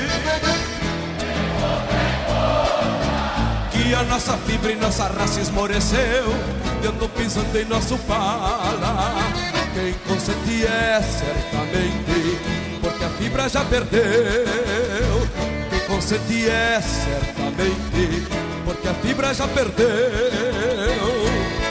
que a nossa fibra e nossa raça esmoreceu, e andam pisando em nosso pala. Quem consente é certamente, porque a fibra já perdeu. Quem consente é certamente, porque a fibra já perdeu.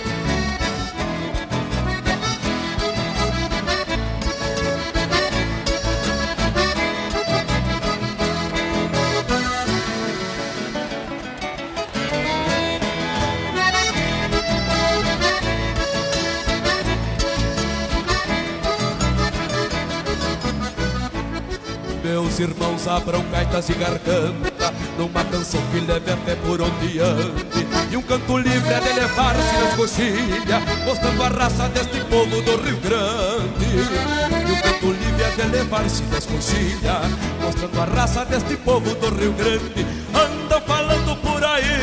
Meus irmãos abram gaitas e garganta numa canção que leve a fé por onde ande, e um canto livre é de elevar-se nas coxilhas, mostrando a raça deste povo do Rio Grande. E um canto livre é de elevar-se nas coxilhas, mostrando a raça deste povo do Rio Grande. Andam falando por aí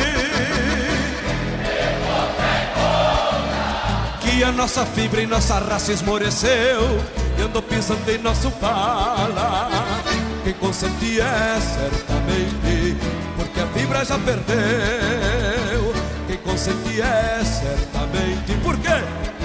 que a nossa fibra e nossa raça esmoreceu, e andam pisando em nosso pala. Quem consente é certamente, porque a fibra já perdeu. Quem consente é certamente, por quê?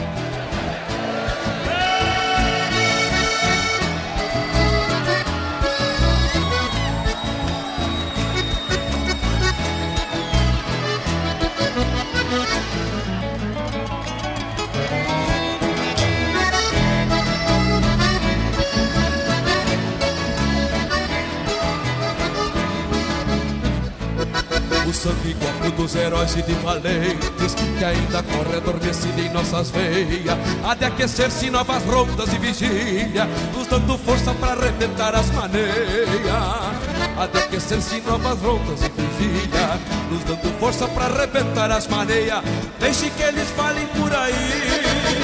O sangue corpo dos heróis e de valentes, que ainda corre adormecido em nossas veias, há de aquecer-se novas rondas e vigília, nos dando força para arrebentar as maneias. Há de aquecer-se novas rondas e vigília, nos dando força para arrebentar as maneias. Deixe que eles falem por aí,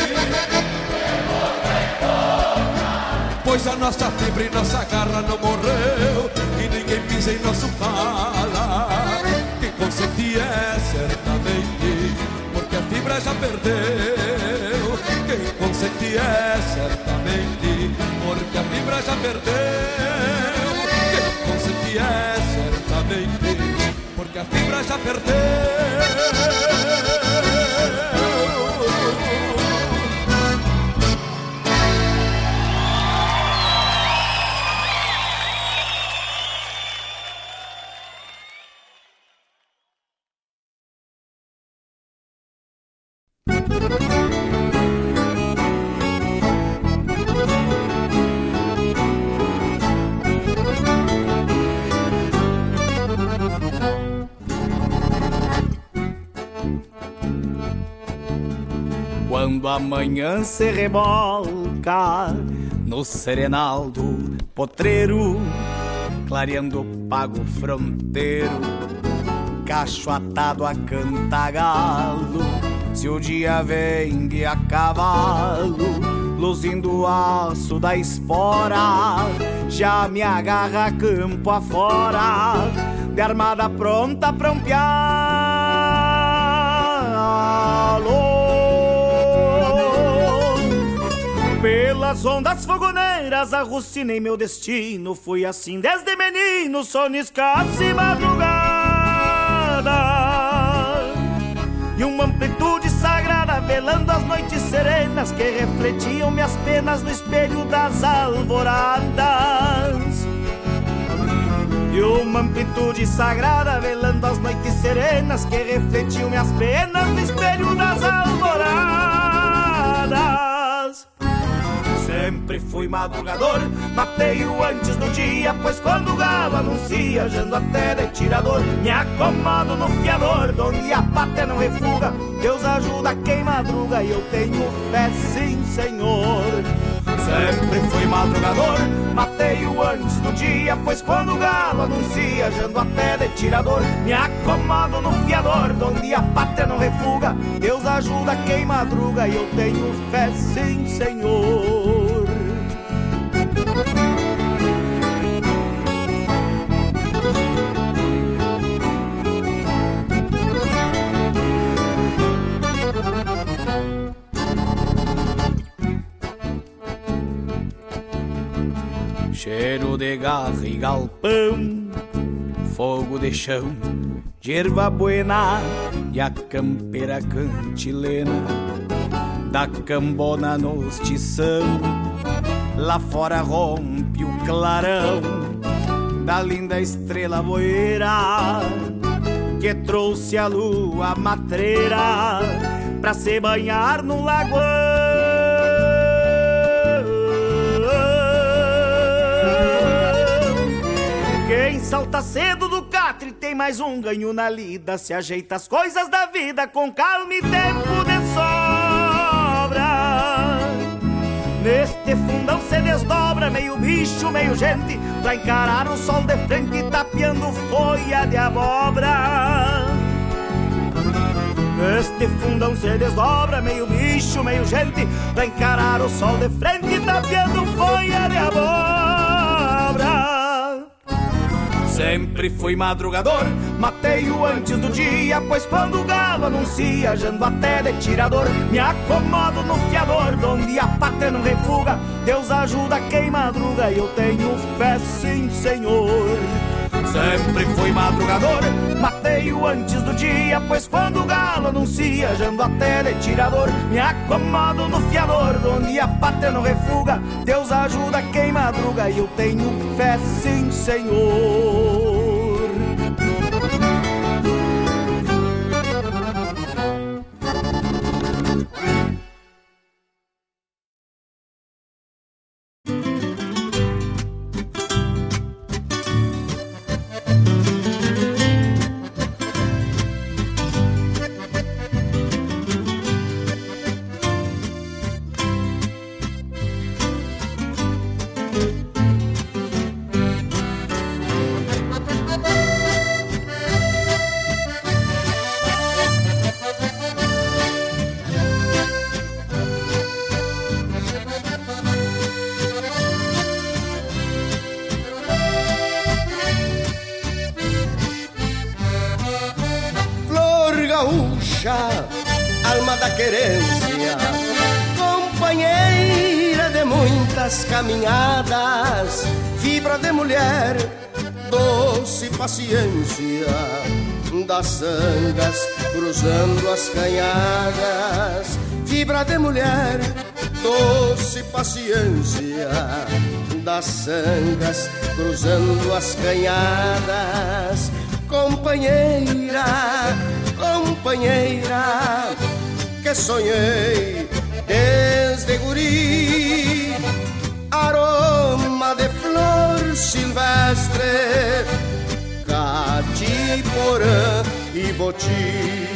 pois a nossa fibra e nossa garra não morreu, e ninguém pisa em nosso pala. Quem consente é certamente, porque a fibra já perdeu. Quem consente é certamente, porque a fibra já perdeu. Quem consente é certamente, porque a fibra já perdeu. Quando a manhã se rebolca no serenal do potreiro, clareando o pago fronteiro, cacho atado a cantagalo, se o dia vem de a cavalo, luzindo o aço da espora, já me agarra campo afora, de armada pronta pra um pialo. Pelas ondas fogoneiras arrucinei meu destino. Fui assim desde menino, soniscaço e madrugada. E uma amplitude sagrada velando as noites serenas que refletiam minhas penas no espelho das alvoradas. E uma amplitude sagrada velando as noites serenas que refletiam minhas penas no espelho das alvoradas. Sempre fui madrugador, matei-o antes do dia, pois quando o galo anuncia, jando até de tirador, me acomodo no fiador, donde a pátria não refuga, Deus ajuda quem madruga e eu tenho fé, sim, Senhor. Sempre fui madrugador, matei-o antes do dia, pois quando o galo anuncia, jando até de tirador, me acomodo no fiador, donde a pátria não refuga, Deus ajuda quem madruga e eu tenho fé, sim, Senhor. Cheiro de garra e galpão, fogo de chão, de erva buena e a campeira cantilena da cambona nos tição. Lá fora rompe o clarão da linda estrela boeira que trouxe a lua matreira pra se banhar no lagoão. Quem salta cedo do catre tem mais um ganho na lida, se ajeita as coisas da vida com calma e tempo de sobra. Neste fundão se desdobra meio bicho, meio gente, pra encarar o sol de frente tapeando folha de abóbora. Neste fundão se desdobra meio bicho, meio gente, pra encarar o sol de frente tapeando folha de abóbora. Sempre fui madrugador, matei-o antes do dia, pois quando o galo anuncia, jando até de tirador, me acomodo no fiador, donde a pátria não refuga, Deus ajuda quem madruga e eu tenho fé, sim, Senhor. Sempre fui madrugador, matei-o antes do dia, pois quando o galo anuncia, jando até de tirador, me acomodo no fiador, donde a pátria não refuga, Deus ajuda quem madruga e eu tenho fé, sim, Senhor. Alma da querência, companheira de muitas caminhadas, fibra de mulher, doce paciência, das sangas cruzando as canhadas, fibra de mulher, doce paciência, das sangas cruzando as canhadas, companheira, companheira, que sonhei desde guri, aroma de flor silvestre, catiporã e boti.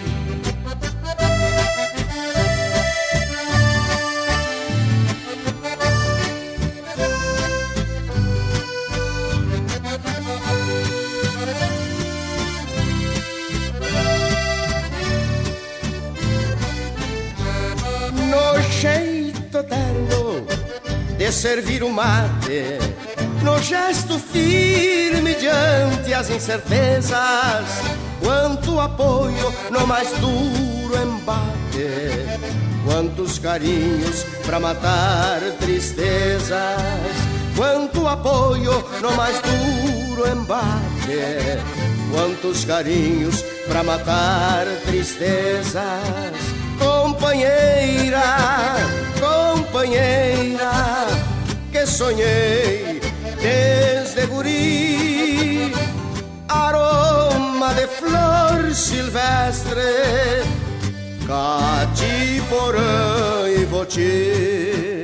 Eterno de servir o mate, no gesto firme diante as incertezas, quanto apoio no mais duro embate, quantos carinhos pra matar tristezas, quanto apoio no mais duro embate, quantos carinhos pra matar tristezas. Companheira, companheira, que sonhei desde guri, aroma de flor silvestre, catiporã e voti.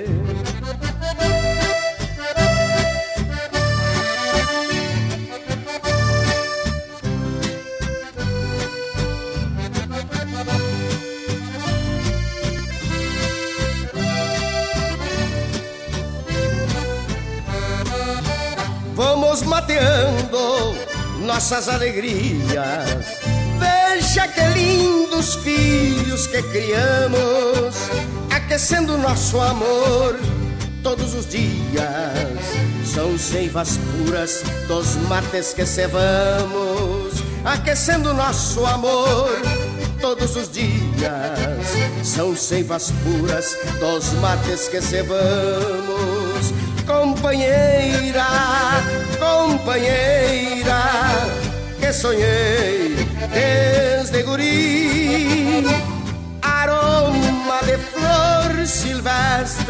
Vamos mateando nossas alegrias, veja que lindos filhos que criamos, aquecendo nosso amor todos os dias. São seivas puras dos mates que cevamos, aquecendo nosso amor todos os dias. São seivas puras dos mates que cevamos. Companheira, companheira, que sonhei desde guri, aroma de flor silvestre,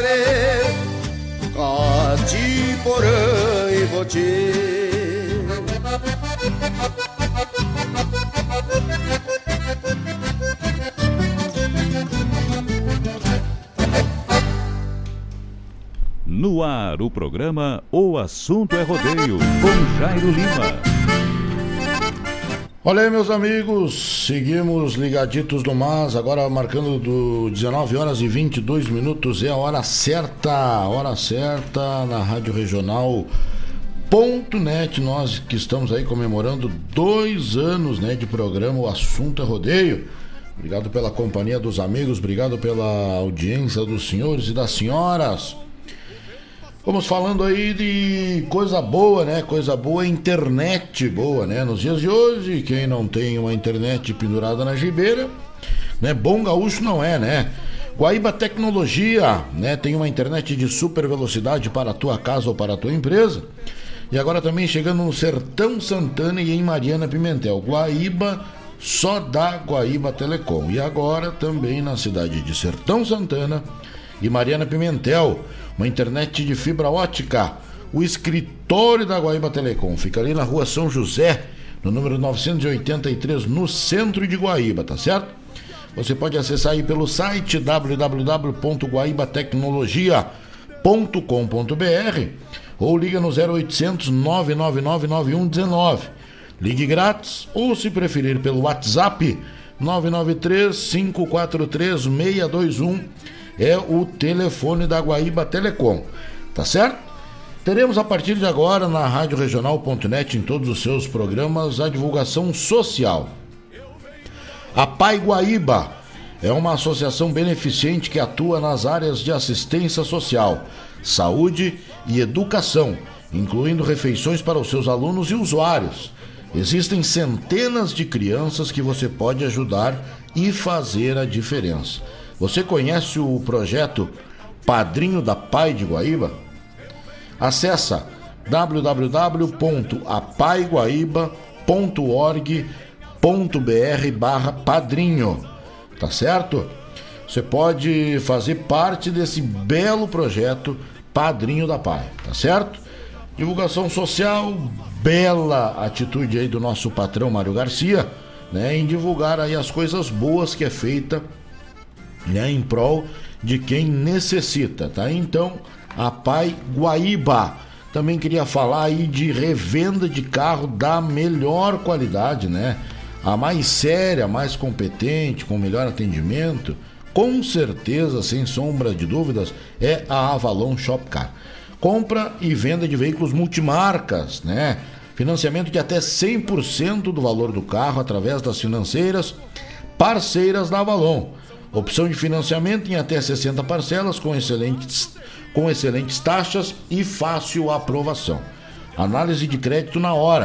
catiporã e voti. No ar, o programa O Assunto é Rodeio, com Jairo Lima. Olha aí, meus amigos, seguimos ligaditos no Mas, agora marcando do dezenove horas e vinte e dois minutos, é a hora certa, a hora certa na Rádio Regional ponto net, nós que estamos aí comemorando dois anos, né, de programa O Assunto é Rodeio. Obrigado pela companhia dos amigos, obrigado pela audiência dos senhores e das senhoras. Vamos falando aí de coisa boa, né? Coisa boa, internet boa, né? Nos dias de hoje, quem não tem uma internet pendurada na gibeira, né? Bom gaúcho não é, né? Guaíba Tecnologia, né? Tem uma internet de super velocidade para a tua casa ou para a tua empresa. E agora também chegando no Sertão Santana e em Mariana Pimentel. Guaíba só dá Guaíba Telecom. E agora também na cidade de Sertão Santana e Mariana Pimentel, uma internet de fibra ótica. O escritório da Guaíba Telecom fica ali na rua São José, no número novecentos e oitenta e três, no centro de Guaíba, tá certo? Você pode acessar aí pelo site w w w ponto guaíba tecnologia ponto com ponto b r ou liga no zero oitocentos, nove nove nove, nove um um nove. Ligue grátis ou, se preferir, pelo WhatsApp nove nove três, cinco quatro três, seis dois um. É o telefone da Guaíba Telecom, tá certo? Teremos a partir de agora na rádio regional ponto net, em todos os seus programas, a divulgação social. A Pai Guaíba é uma associação beneficente que atua nas áreas de assistência social, saúde e educação, incluindo refeições para os seus alunos e usuários. Existem centenas de crianças que você pode ajudar e fazer a diferença. Você conhece o projeto Padrinho da Pai de Guaíba? Acesse w w w ponto apaiguaíba ponto org ponto b r barra padrinho, tá certo? Você pode fazer parte desse belo projeto Padrinho da Pai, tá certo? Divulgação social, bela atitude aí do nosso patrão Mário Garcia, né, em divulgar aí as coisas boas que é feita, né, em prol de quem necessita, tá? Então, a Pai Guaíba. Também queria falar aí de revenda de carro da melhor qualidade, né? A mais séria, a mais competente, com melhor atendimento, com certeza, sem sombra de dúvidas, é a Avalon Shopcar. Compra e venda de veículos multimarcas, né? Financiamento de até cem por cento do valor do carro através das financeiras parceiras da Avalon. Opção de financiamento em até sessenta parcelas com excelentes, com excelentes taxas e fácil aprovação. Análise de crédito na hora.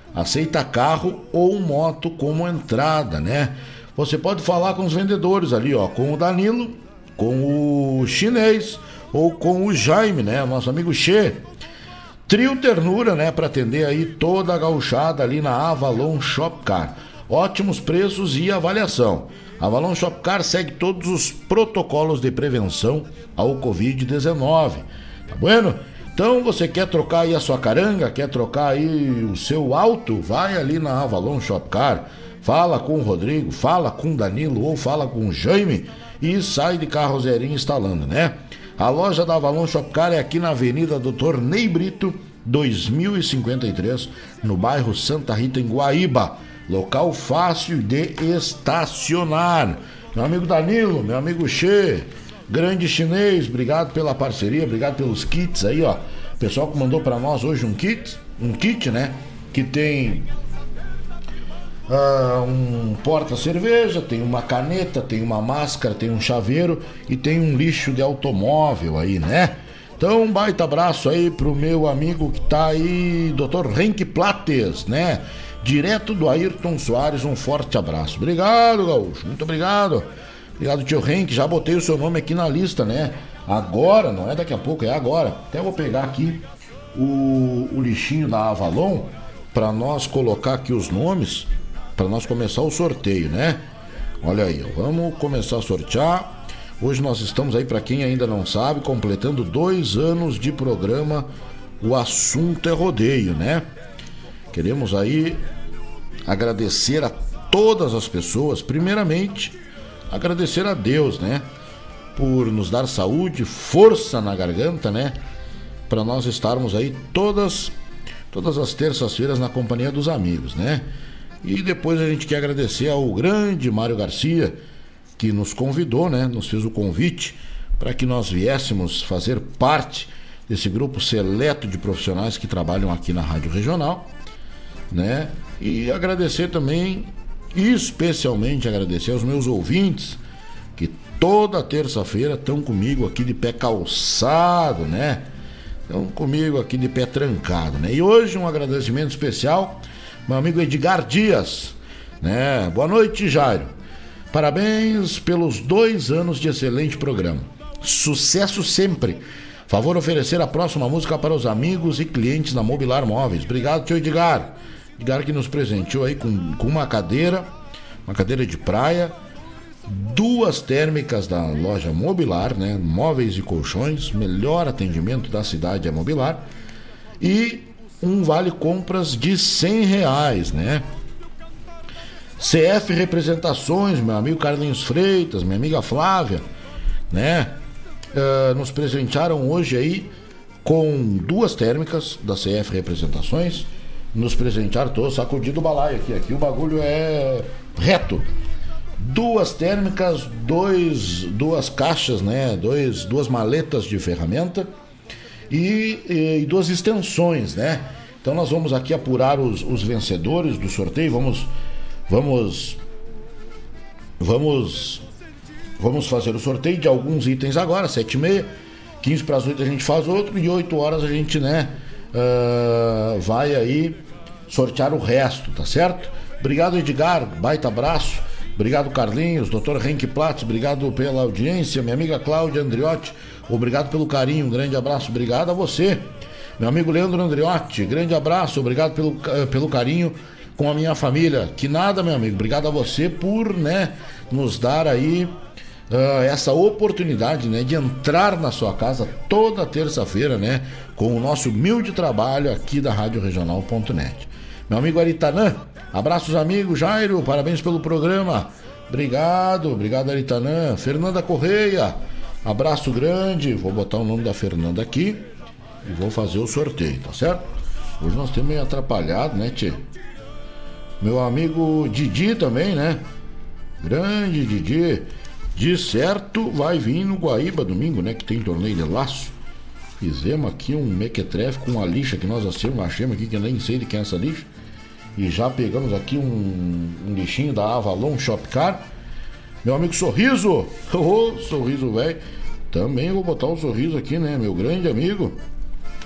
aceita carro ou moto como entrada, né? Você pode falar com os vendedores ali, ó, com o Danilo, com o Chinês ou com o Jaime, né? Nosso amigo Che. Trio Ternura, né? Para atender aí toda a gauchada ali na Avalon Shop Car. Ótimos preços e avaliação. A Avalon Shop Car segue todos os protocolos de prevenção ao covid dezenove. Tá bueno? Então você quer trocar aí a sua caranga, quer trocar aí o seu auto, vai ali na Avalon Shop Car, fala com o Rodrigo, fala com o Danilo ou fala com o Jaime e sai de carro zerinho instalando, né? A loja da Avalon Shop Car é aqui na Avenida Doutor Ney Brito, dois mil e cinquenta e três, no bairro Santa Rita, em Guaíba. Local fácil de estacionar. Meu amigo Danilo, meu amigo Che, grande Chinês, obrigado pela parceria, obrigado pelos kits aí, ó. O pessoal que mandou pra nós hoje um kit, um kit, né? Que tem uh, um porta-cerveja, tem uma caneta, tem uma máscara, tem um chaveiro e tem um lixo de automóvel aí, né? Então, um baita abraço aí pro meu amigo que tá aí, doutor Henk Plates, né? Direto do Ayrton Soares, um forte abraço. Obrigado, Gaúcho, muito obrigado. Obrigado, tio Henk, já botei o seu nome aqui na lista, né? Agora, não é daqui a pouco, é agora. Até vou pegar aqui o, o lixinho da Avalon para nós colocar aqui os nomes, para nós começar o sorteio, né? Olha aí, vamos começar a sortear. Hoje nós estamos aí, para quem ainda não sabe, completando dois anos de programa. O assunto é rodeio, né? Queremos aí agradecer a todas as pessoas, primeiramente agradecer a Deus, né, por nos dar saúde, força na garganta, né, para nós estarmos aí todas todas as terças-feiras na companhia dos amigos, né? E depois a gente quer agradecer ao grande Mário Garcia, que nos convidou, né, nos fez o convite para que nós viéssemos fazer parte desse grupo seleto de profissionais que trabalham aqui na Rádio Regional, né? E agradecer também, especialmente agradecer aos meus ouvintes que toda terça-feira estão comigo aqui de pé calçado, né? Estão comigo aqui de pé trancado, né? E hoje um agradecimento especial, meu amigo Edgar Dias, né? Boa noite, Jairo. Parabéns pelos dois anos de excelente programa. Sucesso sempre. Favor oferecer a próxima música para os amigos e clientes da Mobilar Móveis. Obrigado, tio Edgar. Edgar que nos presenteou aí com, com uma cadeira, uma cadeira de praia, duas térmicas da loja Mobilar, né? Móveis e colchões, melhor atendimento da cidade é Mobilar, e um vale compras de cem reais, né? C F Representações, meu amigo Carlinhos Freitas, minha amiga Flávia, né? Uh, nos presentearam hoje aí com duas térmicas da C F Representações. Nos presentearam, tô sacudindo o balaio aqui, aqui o bagulho é reto. Duas térmicas, dois, duas caixas, né? Dois, duas maletas de ferramenta e, e, e duas extensões, né? Então nós vamos aqui apurar os, os vencedores do sorteio. Vamos, vamos, vamos, vamos fazer o sorteio de alguns itens agora, sete e meia, quinze para as oito a gente faz outro e oito horas a gente, né? Uh, vai aí sortear o resto, tá certo? Obrigado, Edgar, baita abraço. Obrigado, Carlinhos, doutor Henk Platz, obrigado pela audiência, minha amiga Cláudia Andriotti, obrigado pelo carinho, um grande abraço. Obrigado a você, meu amigo Leandro Andriotti, grande abraço, obrigado pelo, pelo carinho com a minha família. Que nada, meu amigo, obrigado a você por, né, nos dar aí Uh, essa oportunidade, né, de entrar na sua casa toda terça-feira, né, com o nosso humilde trabalho aqui da Rádio Regional ponto net. Meu amigo Aritanã, abraços amigos. Jairo, parabéns pelo programa. Obrigado, obrigado Aritanã. Fernanda Correia, abraço grande. Vou botar o nome da Fernanda aqui e vou fazer o sorteio, tá certo? Hoje nós temos meio atrapalhado, né, tchê? Meu amigo Didi também, né? Grande Didi. De certo vai vir no Guaíba domingo, né? Que tem torneio de laço. Fizemos aqui um mequetrefe com uma lixa que nós achamos, achamos aqui, que eu nem sei de quem é essa lixa. E já pegamos aqui um, um lixinho da Avalon Shop Car. Meu amigo Sorriso, oh, Sorriso velho. Também vou botar o um sorriso aqui, né? Meu grande amigo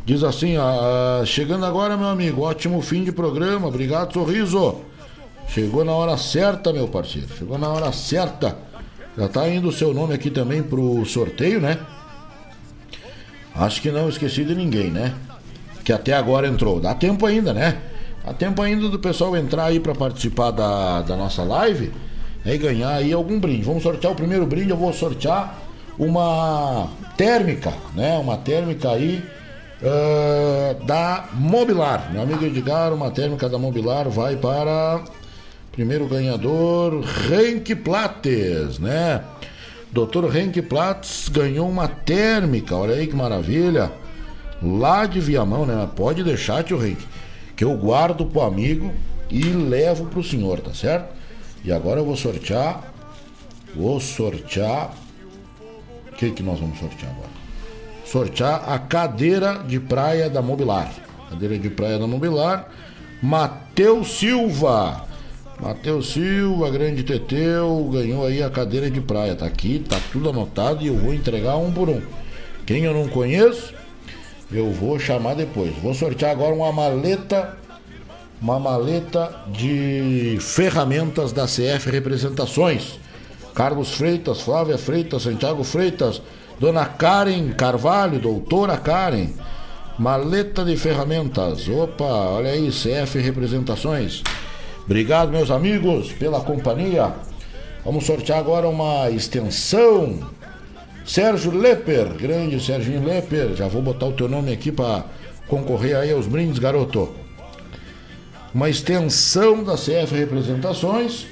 Diz assim, ah, chegando agora, meu amigo, ótimo fim de programa, obrigado, Sorriso. Chegou na hora certa, meu parceiro, chegou na hora certa. Já tá indo o seu nome aqui também pro sorteio, né? Acho que não esqueci de ninguém, né? Que até agora entrou. Dá tempo ainda, né? Dá tempo ainda do pessoal entrar aí pra participar da, da nossa live, né, e ganhar aí algum brinde. Vamos sortear o primeiro brinde, eu vou sortear uma térmica, né? Uma térmica aí uh, da Mobilar. Meu amigo Edgar, uma térmica da Mobilar vai para... Primeiro ganhador, Henk Plates, né? doutor Henk Plates ganhou uma térmica, olha aí que maravilha. Lá de Viamão, né? Pode deixar, tio Henk, que eu guardo pro amigo e levo pro senhor, tá certo? E agora eu vou sortear. Vou sortear. O que que nós vamos sortear agora? Sortear a cadeira de praia da Mobilar. Cadeira de praia da Mobilar. Matheus Silva. Matheus Silva, grande Teteu, ganhou aí a cadeira de praia. Tá aqui, tá tudo anotado e eu vou entregar um por um. Quem eu não conheço, eu vou chamar depois. Vou sortear agora uma maleta, uma maleta de ferramentas da C F Representações. Carlos Freitas, Flávia Freitas, Santiago Freitas, Dona Karen Carvalho, doutora Karen. Maleta de ferramentas. Opa, olha aí, C F Representações. Obrigado, meus amigos, pela companhia. Vamos sortear agora uma extensão. Sérgio Leper, grande Serginho Leper. Já vou botar o teu nome aqui para concorrer aí aos brindes, garoto. Uma extensão da C F Representações.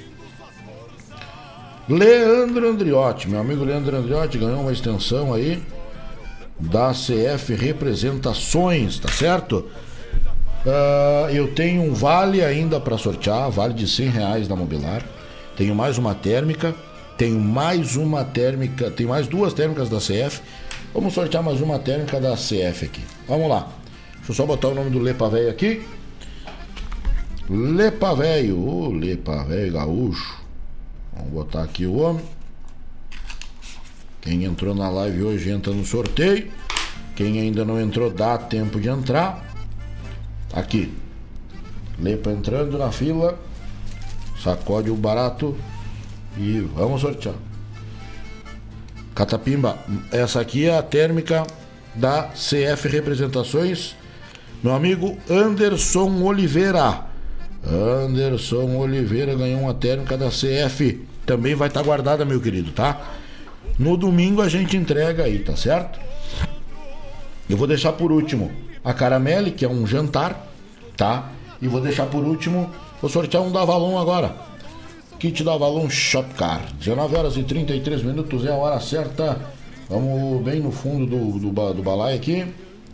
Leandro Andriotti, meu amigo Leandro Andriotti ganhou uma extensão aí da C F Representações, tá certo? Uh, eu tenho um vale ainda para sortear, vale de cem reais da Mobilar. Tenho mais uma térmica, tenho mais uma térmica, tem mais duas térmicas da C F. Vamos sortear mais uma térmica da C F aqui. Vamos lá. Deixa eu só botar o nome do Lepa Véio aqui. Lepa Véio, ô oh, Lepa Véio gaúcho. Vamos botar aqui o homem. Quem entrou na live hoje entra no sorteio. Quem ainda não entrou, dá tempo de entrar. Aqui, Lepa entrando na fila, sacode o barato e vamos sortear. Catapimba, essa aqui é a térmica da C F Representações, meu amigo Anderson Oliveira. Anderson Oliveira ganhou uma térmica da C F, também vai estar guardada, meu querido, tá? No domingo a gente entrega aí, tá certo? Eu vou deixar por último a Caramelle, que é um jantar, tá? E vou deixar por último, vou sortear um da Avalon agora. Kit da Avalon Shop Car. dezenove horas e trinta e três minutos é a hora certa. Vamos bem no fundo do, do, do balai aqui.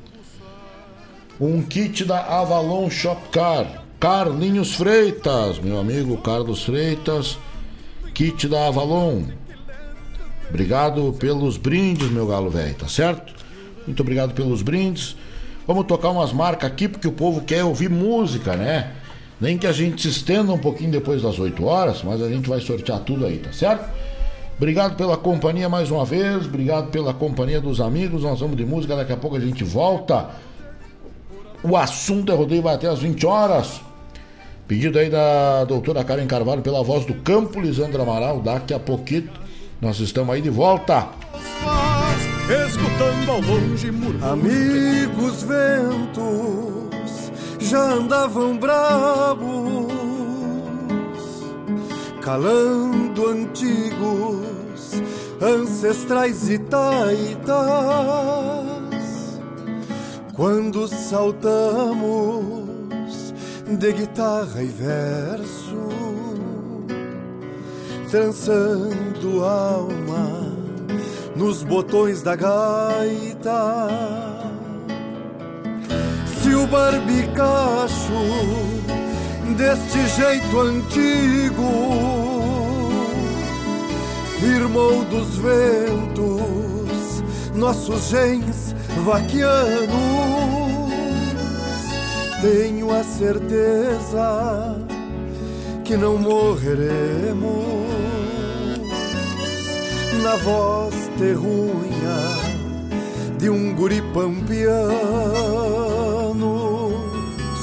Um kit da Avalon Shop Car. Carlinhos Freitas, meu amigo Carlos Freitas. Kit da Avalon. Obrigado pelos brindes, meu galo velho, tá certo? Muito obrigado pelos brindes. Vamos tocar umas marcas aqui, porque o povo quer ouvir música, né? Nem que a gente se estenda um pouquinho depois das oito horas, mas a gente vai sortear tudo aí, tá certo? Obrigado pela companhia mais uma vez, obrigado pela companhia dos amigos. Nós vamos de música, daqui a pouco a gente volta. O assunto é rodeio, vai até às vinte horas. Pedido aí da doutora Karen Carvalho pela voz do Campo Lisandro Amaral. Daqui a pouquinho nós estamos aí de volta. Escutando ao longe murmúrio. Amigos ventos já andavam bravos, calando antigos ancestrais itaitas. Quando saltamos de guitarra e verso, trançando alma nos botões da gaita. Se o barbicacho deste jeito antigo firmou dos ventos nossos genes vaquianos, tenho a certeza que não morreremos na voz terrunha de um guri pampião.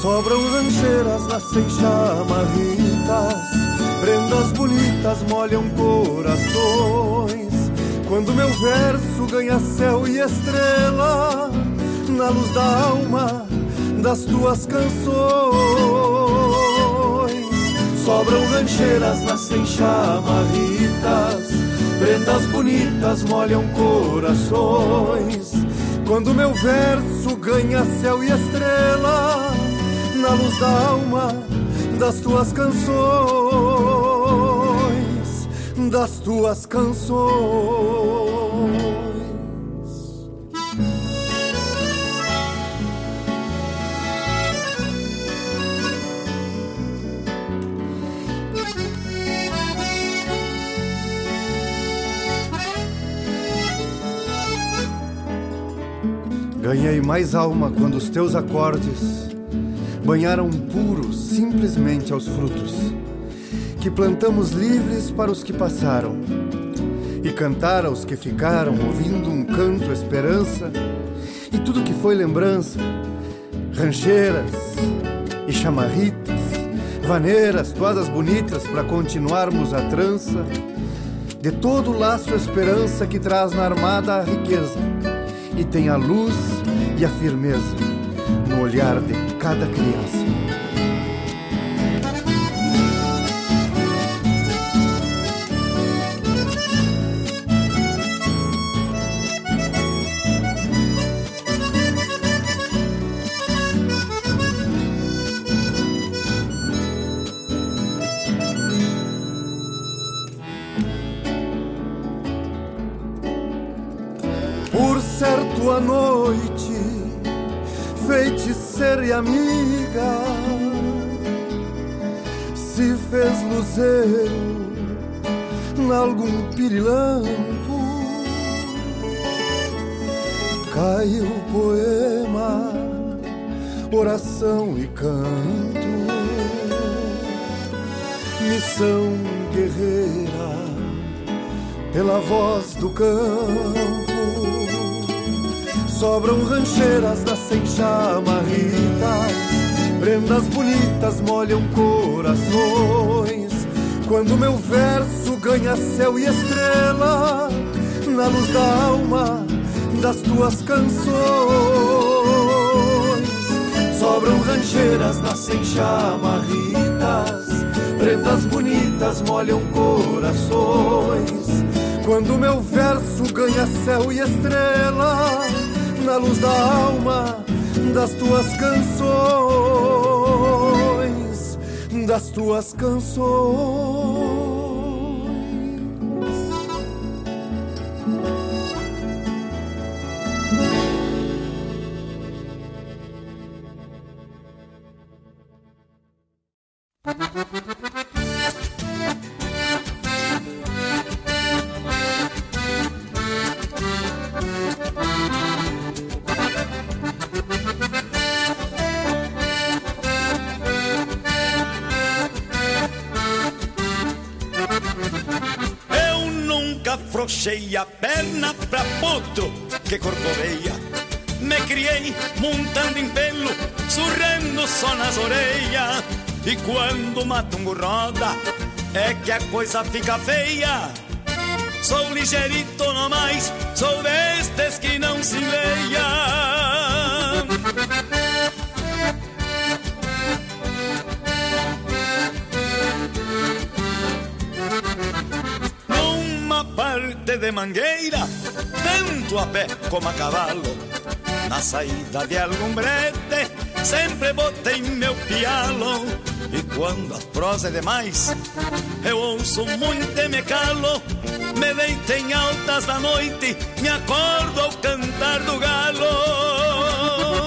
Sobram rancheiras, nascem chamarritas, prendas bonitas molham corações. Quando meu verso ganha céu e estrela, na luz da alma das tuas canções. Sobram rancheiras, nascem chamarritas, prendas bonitas molham corações. Quando meu verso ganha céu e estrela, na luz da alma das tuas canções, das tuas canções. Ganhei mais alma quando os teus acordes banharam puros simplesmente aos frutos que plantamos livres para os que passaram, e cantar aos que ficaram ouvindo um canto esperança, e tudo que foi lembrança, rancheiras e chamarritas, vaneiras, toadas bonitas para continuarmos a trança de todo o laço esperança que traz na armada a riqueza e tem a luz e a firmeza no olhar de cada criança. Por certo a noite, feiticeira e amiga, se fez luzeiro nalgum pirilampo. Caiu poema, oração e canto, missão guerreira pela voz do campo. Sobram rancheiras, nascem chamarritas, prendas bonitas molham corações. Quando meu verso ganha céu e estrela, na luz da alma das tuas canções. Sobram rancheiras, nascem chamarritas, prendas bonitas molham corações. Quando meu verso ganha céu e estrela, na luz da alma das tuas canções, das tuas canções. Afrouxei a perna pra potro que corcoveia. Me criei montando em pelo, surrando só nas orelhas. E quando mato um roda, é que a coisa fica feia. Sou ligeirito no mais, sou destes que não se leia. Parte de mangueira, tanto a pé como a cavalo. Na saída de algum brete, sempre botei meu pialo. E quando a prosa é demais, eu ouço muito e me calo. Me deito em altas da noite, me acordo ao cantar do galo.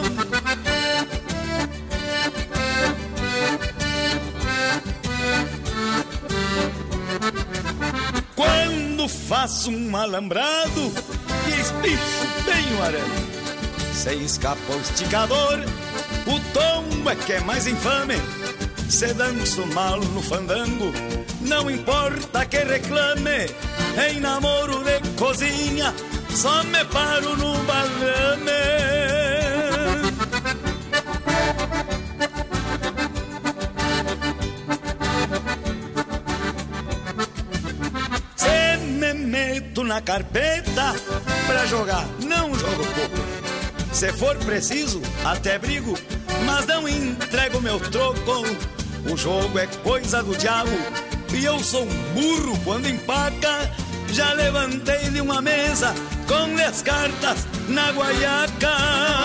Quando faço um alambrado e espicho bem o arame, se escapa o esticador, o tombo é que é mais infame. Se danço mal no fandango, não importa que reclame. Em namoro de cozinha, só me paro no balame. na carpeta, pra jogar não jogo pouco. Se for preciso, até brigo, mas não entrego meu troco. O jogo é coisa do diabo e eu sou um burro quando empaca. Já levantei de uma mesa com as cartas na guaiaca.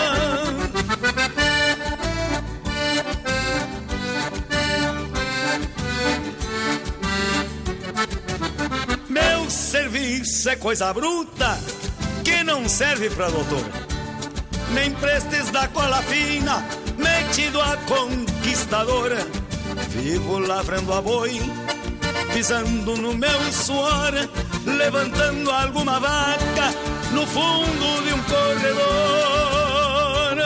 Meu serviço é coisa bruta que não serve pra doutor. Nem prestes da cola fina, metido a conquistadora. Vivo lavrando a boi, pisando no meu suor, levantando alguma vaca no fundo de um corredor.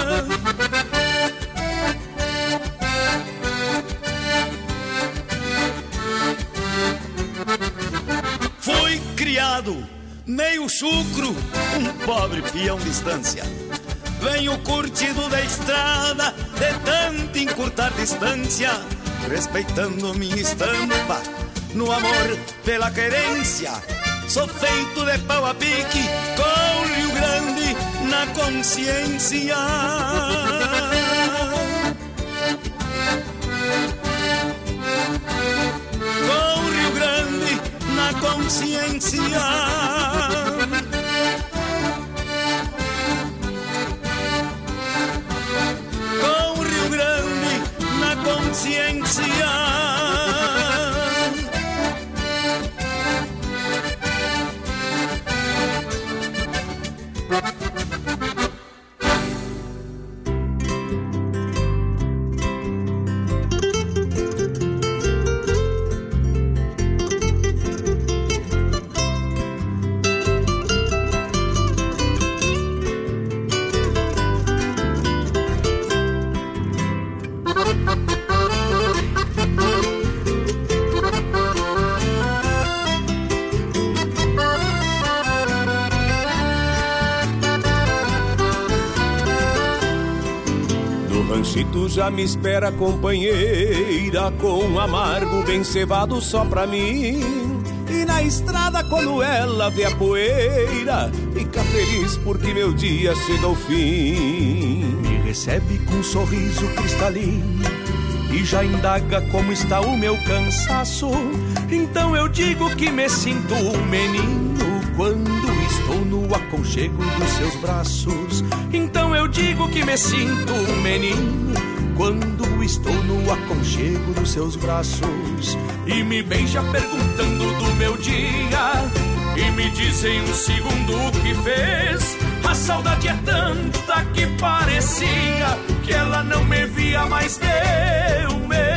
Fui criado meio chucro, um pobre peão de estância. Venho curtido da estrada, de tanto encurtar distância, respeitando minha estampa, no amor pela querência. Sou feito de pau a pique, com o Rio Grande na consciência. Com o Rio Grande na consciência. Com o Rio Grande na consciência. Já me espera companheira, com um amargo bem cevado só pra mim. E na estrada quando ela vê a poeira, fica feliz porque meu dia chega ao fim. Me recebe com um sorriso cristalino e já indaga como está o meu cansaço. Então eu digo que me sinto um menino quando estou no aconchego dos seus braços. Então eu digo que me sinto um menino quando estou no aconchego dos seus braços. E me beija perguntando do meu dia, e me diz em um segundo o que fez. A saudade é tanta que parecia que ela não me via mais de um mês.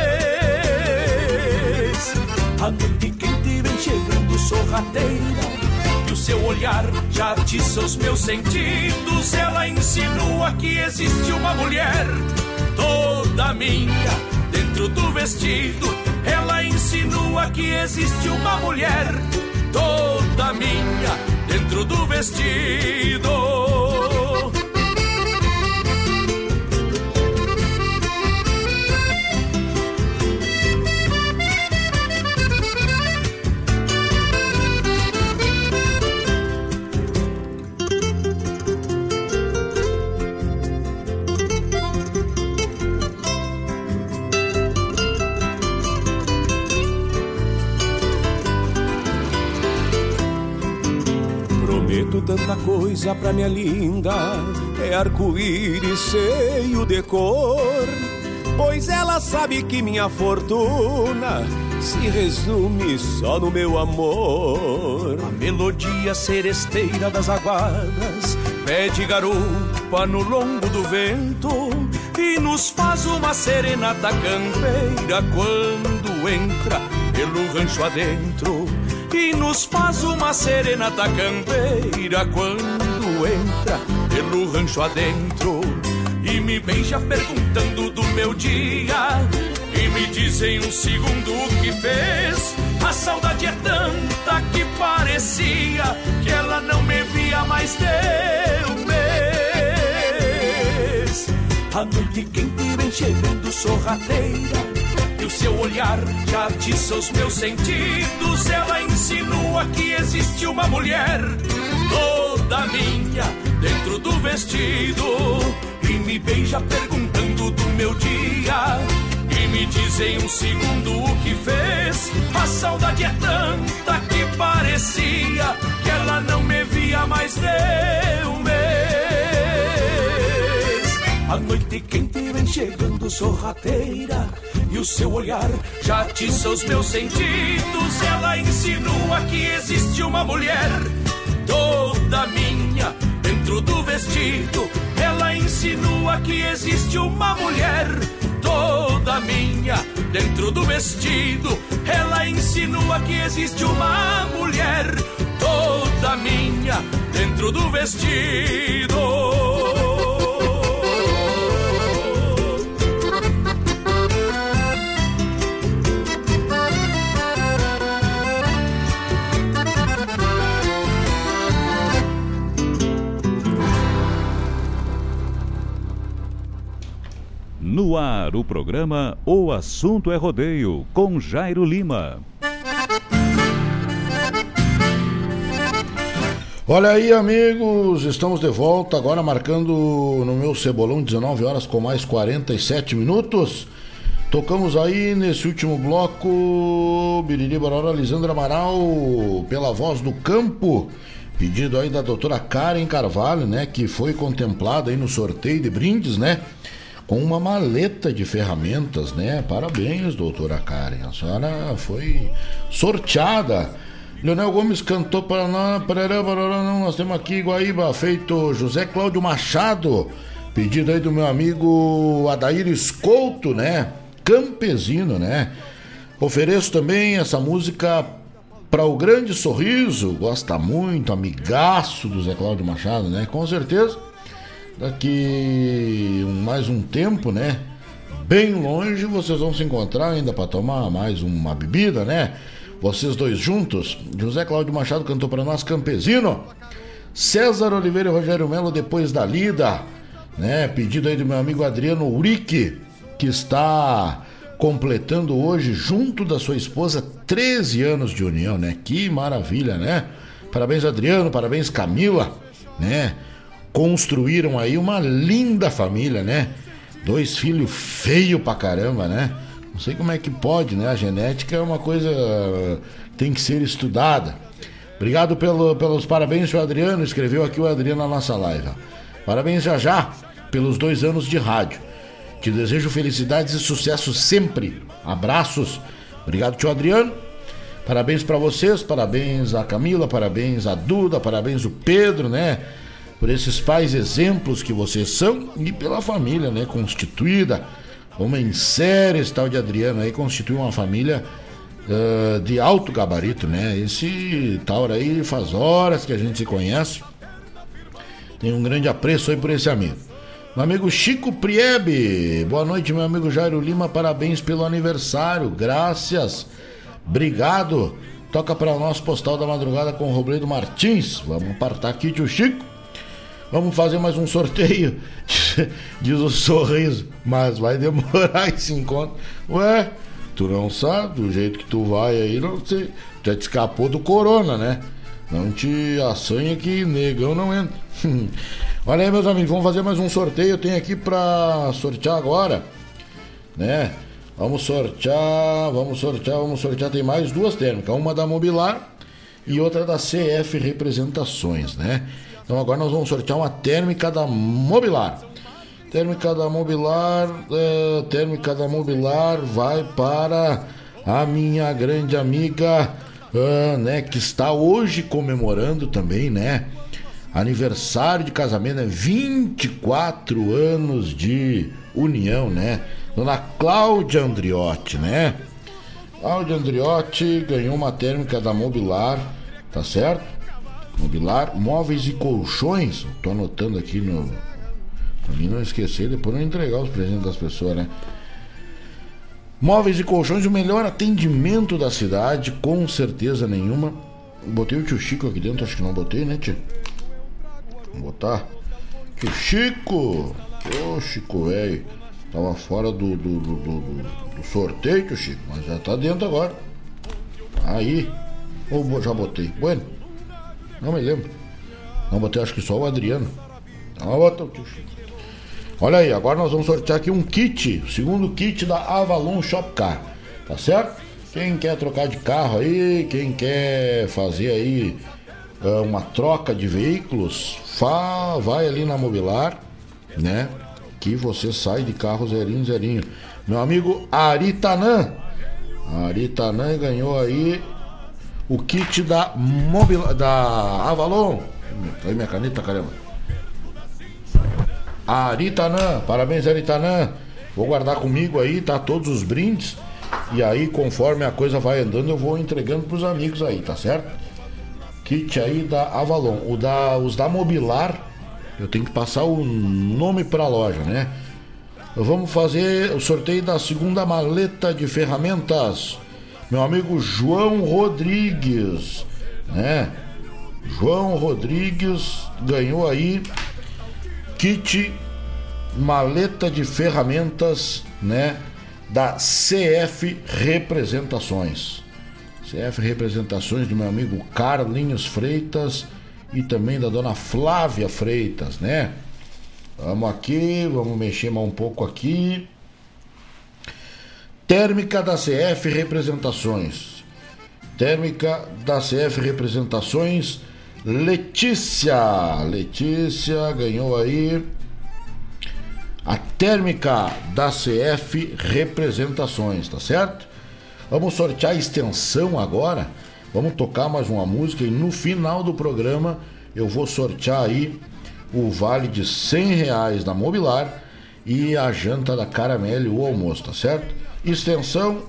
A noite quente vem chegando sorrateira, e o seu olhar já atiça os meus sentidos. Ela insinua que existe uma mulher toda minha dentro do vestido. Ela insinua que existe uma mulher toda minha dentro do vestido. Tanta coisa pra minha linda, é arco-íris cheio de cor, pois ela sabe que minha fortuna se resume só no meu amor. A melodia seresteira das aguadas pede garupa no lombo do vento e nos faz uma serenata campeira quando entra pelo rancho adentro. E nos faz uma serenata campeira quando entra pelo rancho adentro. E me beija perguntando do meu dia, e me diz em um segundo o que fez. A saudade é tanta que parecia que ela não me via mais de um mês. A noite quente vem chegando sorrateira, e o seu olhar já atiça os meus sentidos. Ela insinua que existe uma mulher toda minha dentro do vestido e me beija perguntando do meu dia e me diz em um segundo o que fez. A saudade é tanta que parecia que ela não me via mais de um mês. A noite quente vem chegando sorrateira e o seu olhar já atiça os meus sentidos. Ela insinua que existe uma mulher toda minha dentro do vestido. Ela insinua que existe uma mulher toda minha dentro do vestido. Ela insinua que existe uma mulher toda minha dentro do vestido. No ar, o programa O Assunto é Rodeio, com Jairo Lima. Olha aí, amigos, estamos de volta, agora marcando no meu cebolão dezenove horas com mais quarenta e sete minutos. Tocamos aí nesse último bloco Biriri Barora Lisandro Amaral, Pela Voz do Campo, pedido aí da doutora Karen Carvalho, né, que foi contemplada aí no sorteio de brindes, né, com uma maleta de ferramentas, né? Parabéns, doutora Karen. A senhora foi sorteada. Leonel Gomes cantou para nós. Nós temos aqui Guaíba, feito José Cláudio Machado. Pedido aí do meu amigo Adair Escolto, né? Campesino, né? Ofereço também essa música para o Grande Sorriso. Gosta muito, amigaço do Zé Cláudio Machado, né? Com certeza. Daqui mais um tempo, né? Bem longe, vocês vão se encontrar ainda para tomar mais uma bebida, né? Vocês dois juntos. José Cláudio Machado cantou para nós Campesino. César Oliveira e Rogério Melo, Depois da Lida, né? Pedido aí do meu amigo Adriano Urique, que está completando hoje, junto da sua esposa, treze anos de união, né? Que maravilha, né? Parabéns, Adriano, parabéns, Camila, né? Construíram aí uma linda família, né? Dois filhos feios pra caramba, né? Não sei como é que pode, né? A genética é uma coisa que tem que ser estudada. Obrigado pelo, pelos parabéns, o Adriano. Escreveu aqui o Adriano na nossa live. Parabéns já já pelos dois anos de rádio. Te desejo felicidades e sucesso sempre. Abraços. Obrigado, tio Adriano. Parabéns pra vocês, parabéns a Camila, parabéns a Duda, parabéns o Pedro, né? Por esses pais exemplos que vocês são e pela família, né, constituída. Homem sério, esse tal de Adriano aí constitui uma família uh, de alto gabarito, né? Esse Tauro aí faz horas que a gente se conhece. Tenho um grande apreço aí por esse amigo. Meu amigo Chico Priebe, boa noite, meu amigo Jairo Lima, parabéns pelo aniversário, graças, obrigado. Toca para nós Postal da Madrugada com o Robledo Martins. Vamos partar aqui, tio Chico. Vamos fazer mais um sorteio, diz o Sorriso, mas vai demorar esse encontro. Ué, tu não sabe, do jeito que tu vai aí, não sei, já te escapou do corona, né? Não te assanha que negão não entra. Olha aí, meus amigos, vamos fazer mais um sorteio. Eu tenho aqui pra sortear agora, né? Vamos sortear, vamos sortear, vamos sortear. Tem mais duas térmicas, uma da Mobilar e outra da C F Representações, né? Então agora nós vamos sortear uma térmica da Mobilar. Térmica da Mobilar, é, térmica da Mobilar vai para a minha grande amiga, é, né, que está hoje comemorando também, né, aniversário de casamento, né, vinte e quatro anos de união, né, dona Cláudia Andriotti, né. Cláudia Andriotti ganhou uma térmica da Mobilar, tá certo? Mobilar, móveis e colchões. Tô anotando aqui no... pra mim não esquecer, depois não entregar os presentes das pessoas, né? Móveis e colchões, o melhor atendimento da cidade, com certeza nenhuma. Botei o tio Chico aqui dentro, acho que não botei, né, tio? Vamos botar. Tio Chico! Ô, Chico, velho. Tava fora do, do, do, do, do sorteio, tio Chico, mas já tá dentro agora. Aí. Ou já botei? Bueno, não me lembro. Não botei, acho que só o Adriano. Não botou o tio Chico. Olha aí, agora nós vamos sortear aqui um kit, o segundo kit da Avalon Shop Car, tá certo? Quem quer trocar de carro aí, quem quer fazer aí uh, uma troca de veículos, fa, vai ali na Mobilar, né? Que você sai de carro zerinho, zerinho. Meu amigo Aritanã, Aritanã ganhou aí o kit da Mobil, da Avalon. Aí minha caneta, caramba. Aritanã, parabéns Aritanã. Vou guardar comigo aí, tá? Todos os brindes. E aí, conforme a coisa vai andando, eu vou entregando pros amigos aí, tá certo? Kit aí da Avalon. O da, os da Mobilar, eu tenho que passar o nome pra loja, né? Vamos fazer o sorteio da segunda maleta de ferramentas. Meu amigo João Rodrigues, né? João Rodrigues ganhou aí kit maleta de ferramentas, né, da C F Representações. C F Representações do meu amigo Carlinhos Freitas e também da dona Flávia Freitas, né? Vamos aqui, vamos mexer mais um pouco aqui. Térmica da C F Representações. Térmica da C F Representações. Letícia, Letícia ganhou aí a térmica da C F Representações, tá certo? Vamos sortear a extensão agora, vamos tocar mais uma música e no final do programa eu vou sortear aí o vale de cem reais da Mobilar e a janta da Caramelle, o almoço, tá certo? Extensão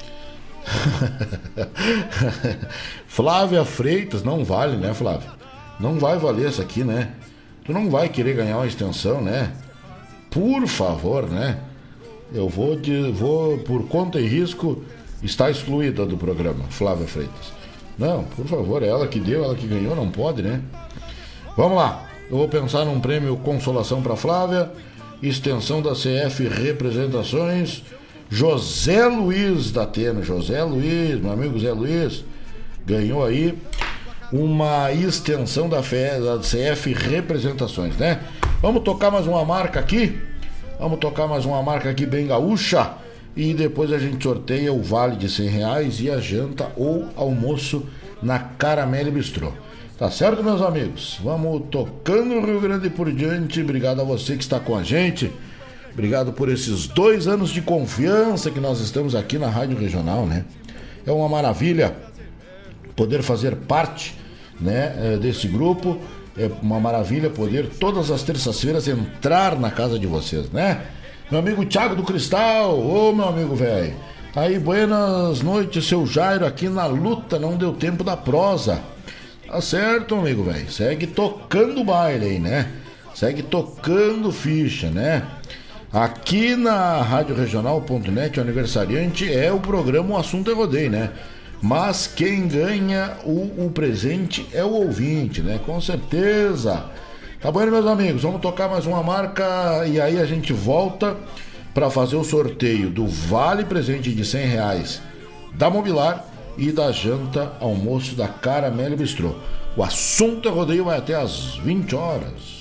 Flávia Freitas, não vale, né, Flávia? Não vai valer essa aqui, né? Tu não vai querer ganhar uma extensão, né? Por favor, né? Eu vou, de, vou por conta e risco, está excluída do programa, Flávia Freitas. Não, por favor, é ela que deu, ela que ganhou, não pode, né? Vamos lá, eu vou pensar num prêmio consolação para Flávia, extensão da C F Representações. José Luiz da Atena, José Luiz, meu amigo Zé Luiz, ganhou aí uma extensão da, F, da C F Representações, né? Vamos tocar mais uma marca aqui, vamos tocar mais uma marca aqui bem gaúcha e depois a gente sorteia o vale de cem reais e a janta ou almoço na Caramelle Bistrô. Tá certo, meus amigos? Vamos tocando o Rio Grande por diante. Obrigado a você que está com a gente. Obrigado por esses dois anos de confiança que nós estamos aqui na Rádio Regional, né? É uma maravilha poder fazer parte, né, desse grupo. É uma maravilha poder todas as terças-feiras entrar na casa de vocês, né? Meu amigo Thiago do Cristal, ô meu amigo velho. Aí, buenas noites, seu Jairo, aqui na luta, não deu tempo da prosa. Tá certo, amigo velho. Segue tocando o baile aí, né? Segue tocando ficha, né? Aqui na rádio regional ponto net, o aniversariante é o programa O Assunto é Rodeio, né? Mas quem ganha o, o presente é o ouvinte, né? Com certeza. Tá bom, meus amigos? Vamos tocar mais uma marca e aí a gente volta para fazer o sorteio do vale presente de cem reais da Mobilar e da janta almoço da Caramelle Bistrô. O Assunto é Rodeio vai até às vinte horas.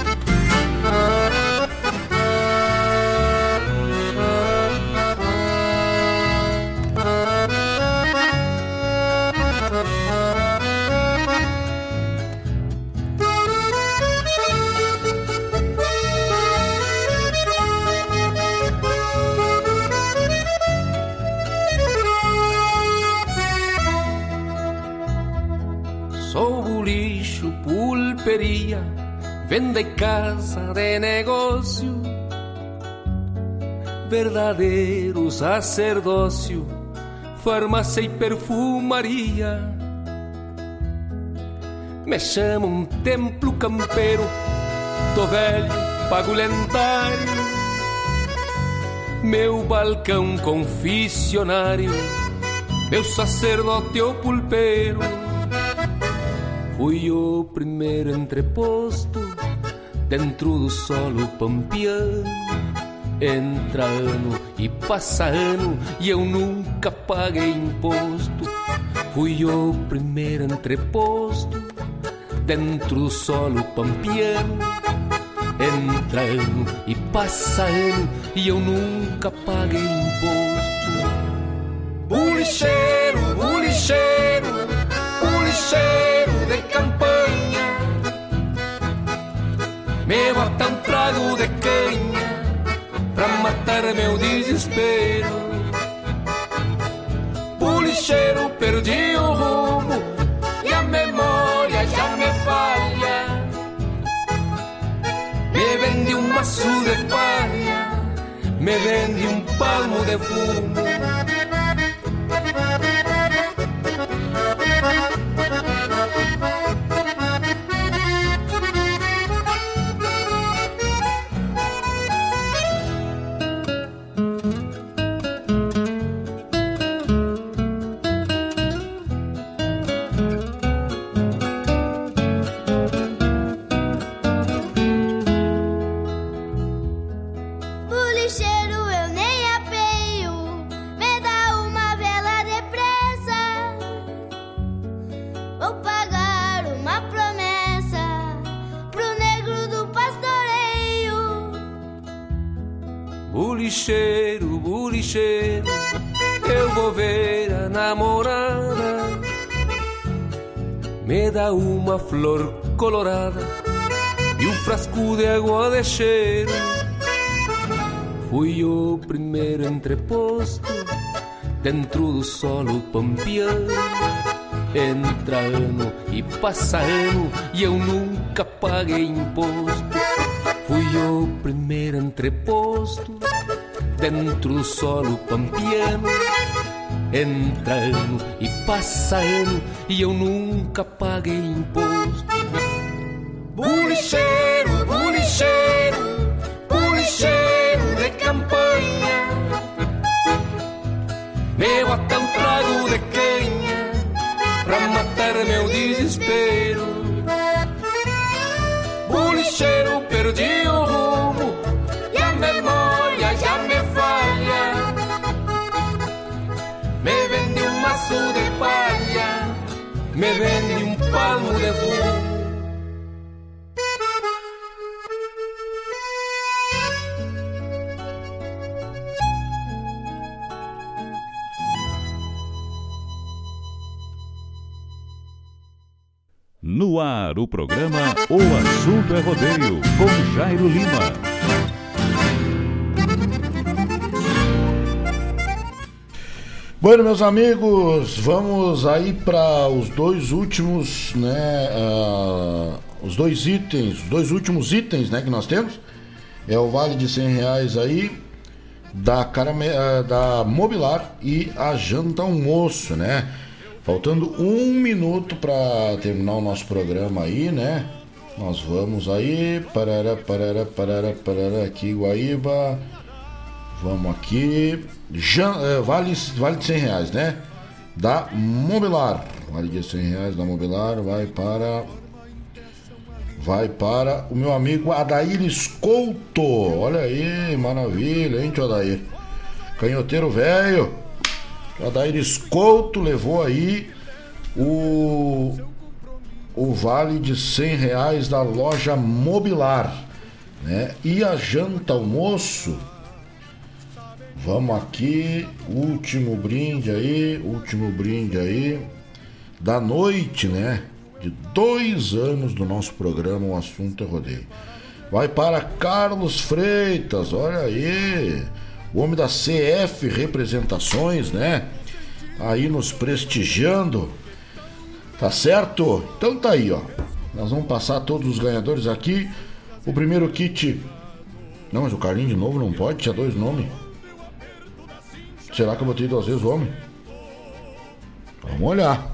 Venda e casa de negócio, verdadeiro sacerdócio, farmácia e perfumaria. Me chamo um templo campeiro, tô velho, pago lendário. Meu balcão confissionário, meu sacerdote o pulpeiro. Fui o primeiro entreposto dentro do solo pampiano. Entra ano e passa ano e eu nunca paguei imposto. Fui o primeiro entreposto dentro do solo pampiano. Entra ano e passa ano e eu nunca paguei imposto. Bulicheiro, bulicheiro, bulicheiro de campanha, me bota um trago de canha pra matar meu desespero. Bulicheiro, perdi o rumo e a memória já me falha. Me vende um maço de palha, me vende um palmo de fumo. Bulicheiro, bulicheiro, eu vou ver a namorada. Me dá uma flor colorada e um frasco de água de cheiro. Fui o primeiro entreposto dentro do solo pampiano. Entra ano e passa ano e eu nunca paguei imposto. Fui o primeiro entreposto dentro do solo pampiano. Entra ano e passa ano e eu nunca paguei imposto. Bulicheiro, bulicheiro, bulicheiro de campanha, me bota um trago de canha pra matar meu desespero. Bulicheiro, perdi o rumo e a memória já me falha. Me vende um maço de palha, me vende um palmo de fumo. No ar, o programa O Assunto é Rodeio, com Jairo Lima. Bueno, meus amigos, vamos aí para os dois últimos, né, uh, os dois itens, os dois últimos itens, né, que nós temos. É o vale de cem reais aí, da, carame, uh, da Mobilar e a janta almoço, né? Faltando um minuto para terminar o nosso programa aí, né? Nós vamos aí, parará, parará, parará, parará, aqui, Guaíba. Vamos aqui. Já, é, vale, vale de cem reais, né? Da Mobilar. Vale de cem reais da Mobilar. Vai para. Vai para o meu amigo Adair Escolto. Olha aí, maravilha, hein, tio Adair? Canhoteiro velho. O Adair Escolto levou aí o, o vale de cem reais da loja Mobilar, né? E a janta almoço, vamos aqui, último brinde aí, último brinde aí da noite, né? De dois anos do nosso programa O Assunto é Rodeio. Vai para Carlos Freitas, olha aí, o homem da C F Representações, né? Aí nos prestigiando. Tá certo? Então tá aí, ó. Nós vamos passar todos os ganhadores aqui. O primeiro kit. Não, mas o Carlinho de novo não pode? Tinha dois nomes. Será que eu botei duas vezes o homem? Vamos olhar.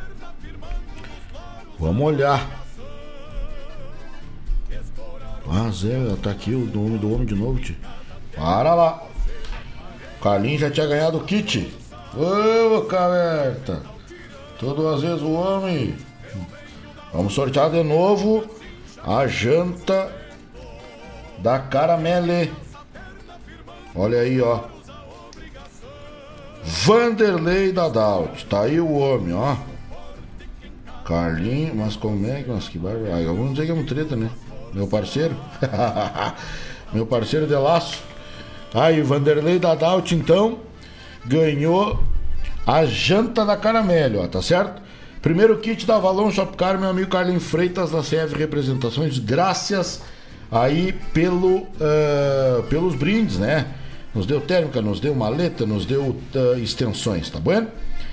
Vamos olhar. Ah, Zé, tá aqui o nome do homem de novo, tio. Para lá. Carlinhos já tinha ganhado o kit. Ô, caverta. Todas vezes o homem. Vamos sortear de novo a janta da Caramelle. Olha aí, ó. Vanderlei Dadalt. Tá aí o homem, ó. Carlinho, mas como é que... Nossa, que barba. Ah, vamos dizer que é um treta, né? Meu parceiro. Meu parceiro de laço. Aí, Vanderlei Dadalt, então, ganhou a janta da Caramelo, ó, tá certo? Primeiro kit da Avalon Shopcar, meu amigo Carlinhos Freitas, da C F Representações. Graças aí pelo, uh, pelos brindes, né? Nos deu térmica, nos deu maleta, nos deu uh, extensões, tá bom?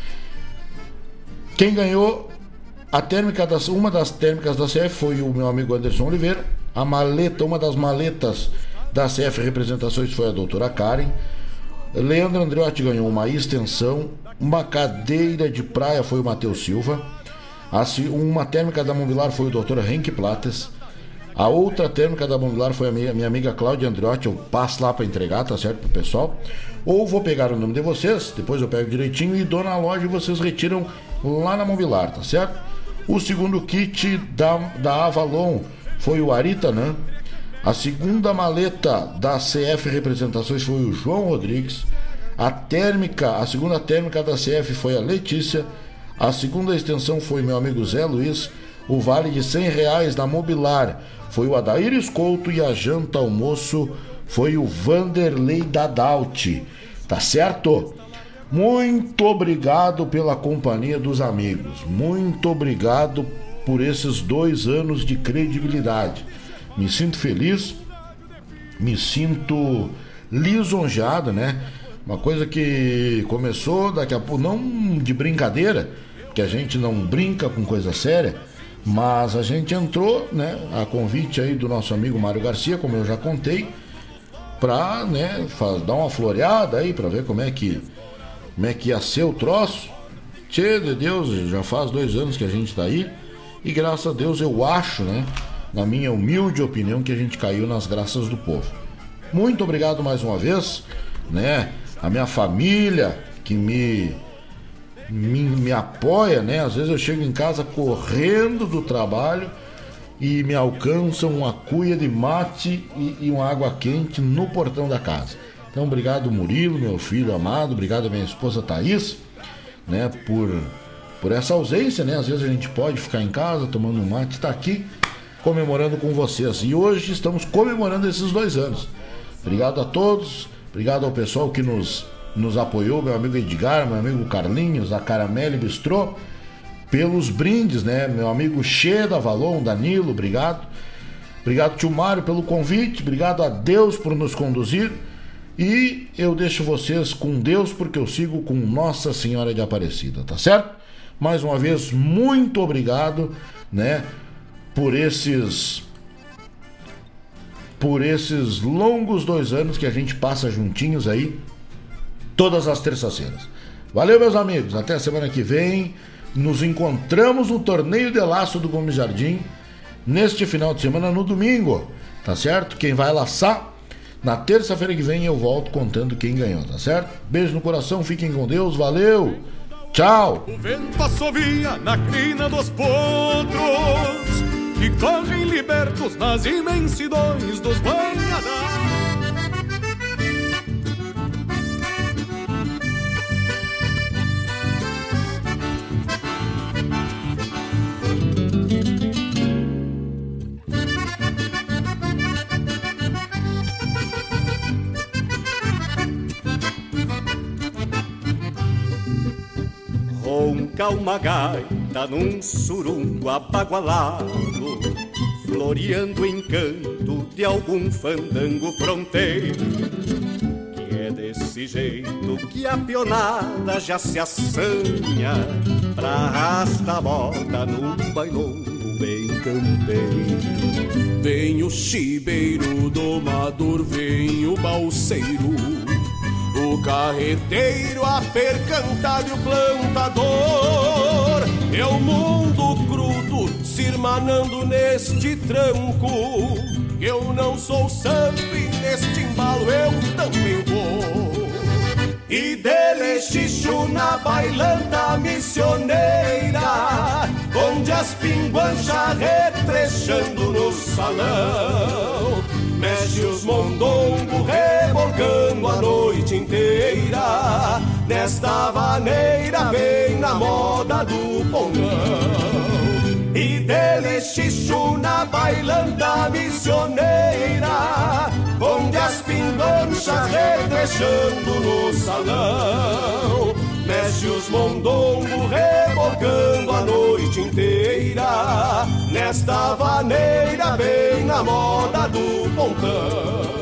Quem ganhou a térmica das, uma das térmicas da C F foi o meu amigo Anderson Oliveira. A maleta, uma das maletas da C F Representações foi a doutora Karen. Leandro Andreotti ganhou uma extensão. Uma cadeira de praia foi o Matheus Silva. A, uma térmica da Mobilar foi o doutor Henk Plates. A outra térmica da Mobilar foi a minha, minha amiga Cláudia Andreotti. Eu passo lá para entregar, tá certo, pro pessoal? Ou vou pegar o nome de vocês, depois eu pego direitinho e dou na loja e vocês retiram lá na Mobilar, tá certo? O segundo kit da, da Avalon foi o Aritanã. A segunda maleta da C F Representações foi o João Rodrigues. A térmica, a segunda térmica da C F foi a Letícia. A segunda extensão foi meu amigo Zé Luiz. O vale de cem reais da Mobilar foi o Adair Escolto. E a janta almoço foi o Vanderlei Dadalt. Tá certo? Muito obrigado pela companhia dos amigos. Muito obrigado por esses dois anos de credibilidade. Me sinto feliz, me sinto lisonjeado, né? Uma coisa que começou daqui a pouco, não de brincadeira, que a gente não brinca com coisa séria, mas a gente entrou, né, a convite aí do nosso amigo Mário Garcia, como eu já contei, pra, né, faz, dar uma floreada aí, pra ver como é que, como é que ia ser o troço. Tchê de Deus, já faz dois anos que a gente tá aí, e graças a Deus eu acho, né, na minha humilde opinião, que a gente caiu nas graças do povo. Muito obrigado mais uma vez, né? A minha família que me, me me apoia, né? Às vezes eu chego em casa correndo do trabalho e me alcançam uma cuia de mate e, e uma água quente no portão da casa. Então, obrigado Murilo, meu filho amado, obrigado a minha esposa Thaís, né? Por, por essa ausência, né? Às vezes a gente pode ficar em casa tomando um mate, tá aqui comemorando com vocês. E hoje estamos comemorando esses dois anos. Obrigado a todos, obrigado ao pessoal que nos, nos apoiou, meu amigo Edgar, meu amigo Carlinhos, a Caramelo Bistrô, pelos brindes, né? Meu amigo Che da Avalon, Danilo, obrigado. Obrigado, tio Mário, pelo convite, obrigado a Deus por nos conduzir. E eu deixo vocês com Deus, porque eu sigo com Nossa Senhora de Aparecida, tá certo? Mais uma vez, muito obrigado, né? Por esses por esses longos dois anos que a gente passa juntinhos aí todas as terças-feiras. Valeu, meus amigos, até a semana que vem. Nos encontramos no torneio de laço do Gomes Jardim neste final de semana, no domingo, tá certo? Quem vai laçar na terça-feira que vem eu volto contando quem ganhou, tá certo? Beijo no coração, fiquem com Deus, valeu, tchau. O vento assovia na crina dos potros que correm libertos nas imensidões dos banhadões. Ronca uma gaita num surungo abagualado, floreando o encanto de algum fandango fronteiro, que é desse jeito que a pionada já se assanha pra arrastar a bota num bailongo bem campeiro. Vem o chibeiro, domador, vem o balseiro, o carreteiro, a percantada e o plantador. É o mundo crudo se irmanando neste tranco. Eu não sou santo e neste embalo eu também vou. E dele xixo na bailanta missioneira, onde as pinguanchas retrechando no salão mexe os mondongos revoltados reborcando a noite inteira, nesta vaneira bem na moda do pongão. E dele xixo na bailanta missioneira, onde as pinganchas retrechando no salão, mexe os mondongos reborcando a noite inteira, nesta vaneira bem na moda do pontão.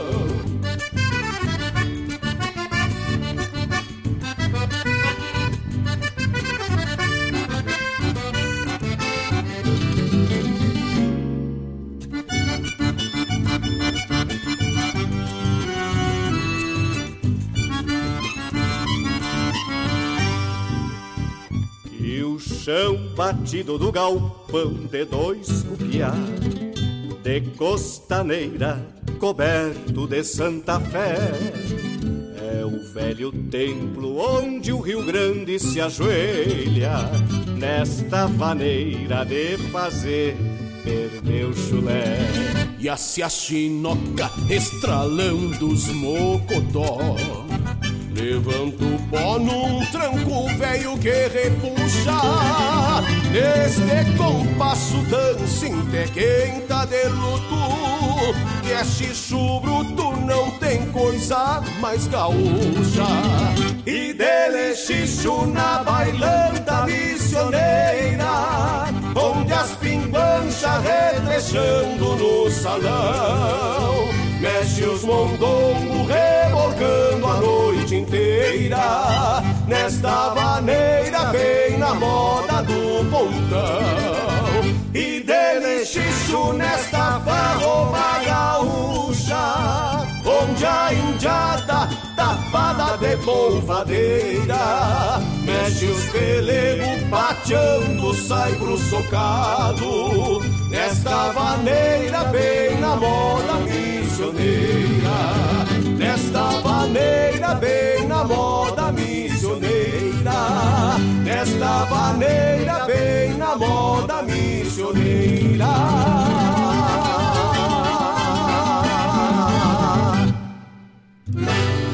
Chão batido do galpão de dois cupiá, de costaneira coberto de Santa Fé. É o velho templo onde o Rio Grande se ajoelha, nesta maneira de fazer perder o chulé. E a se a chinoca estralando os mocotó, levanta o pó num tranco velho que repuxa, neste compasso dancinte quem tá de luto, que é xixo bruto, não tem coisa mais gaúcha. E dele xixo na bailanta missioneira, onde as pinganchas retrechando no salão, mexe os mondongos reborcando a noite inteira, nesta vaneira bem na moda do pontão. E dele xixo nesta farroba gaúcha, onde a indiada tapada de polvadeira, mexe os pelegos pateando, sai pro socado, nesta vaneira bem na moda missioneira, nesta vaneira bem na moda missioneira, nesta vaneira bem na moda missioneira.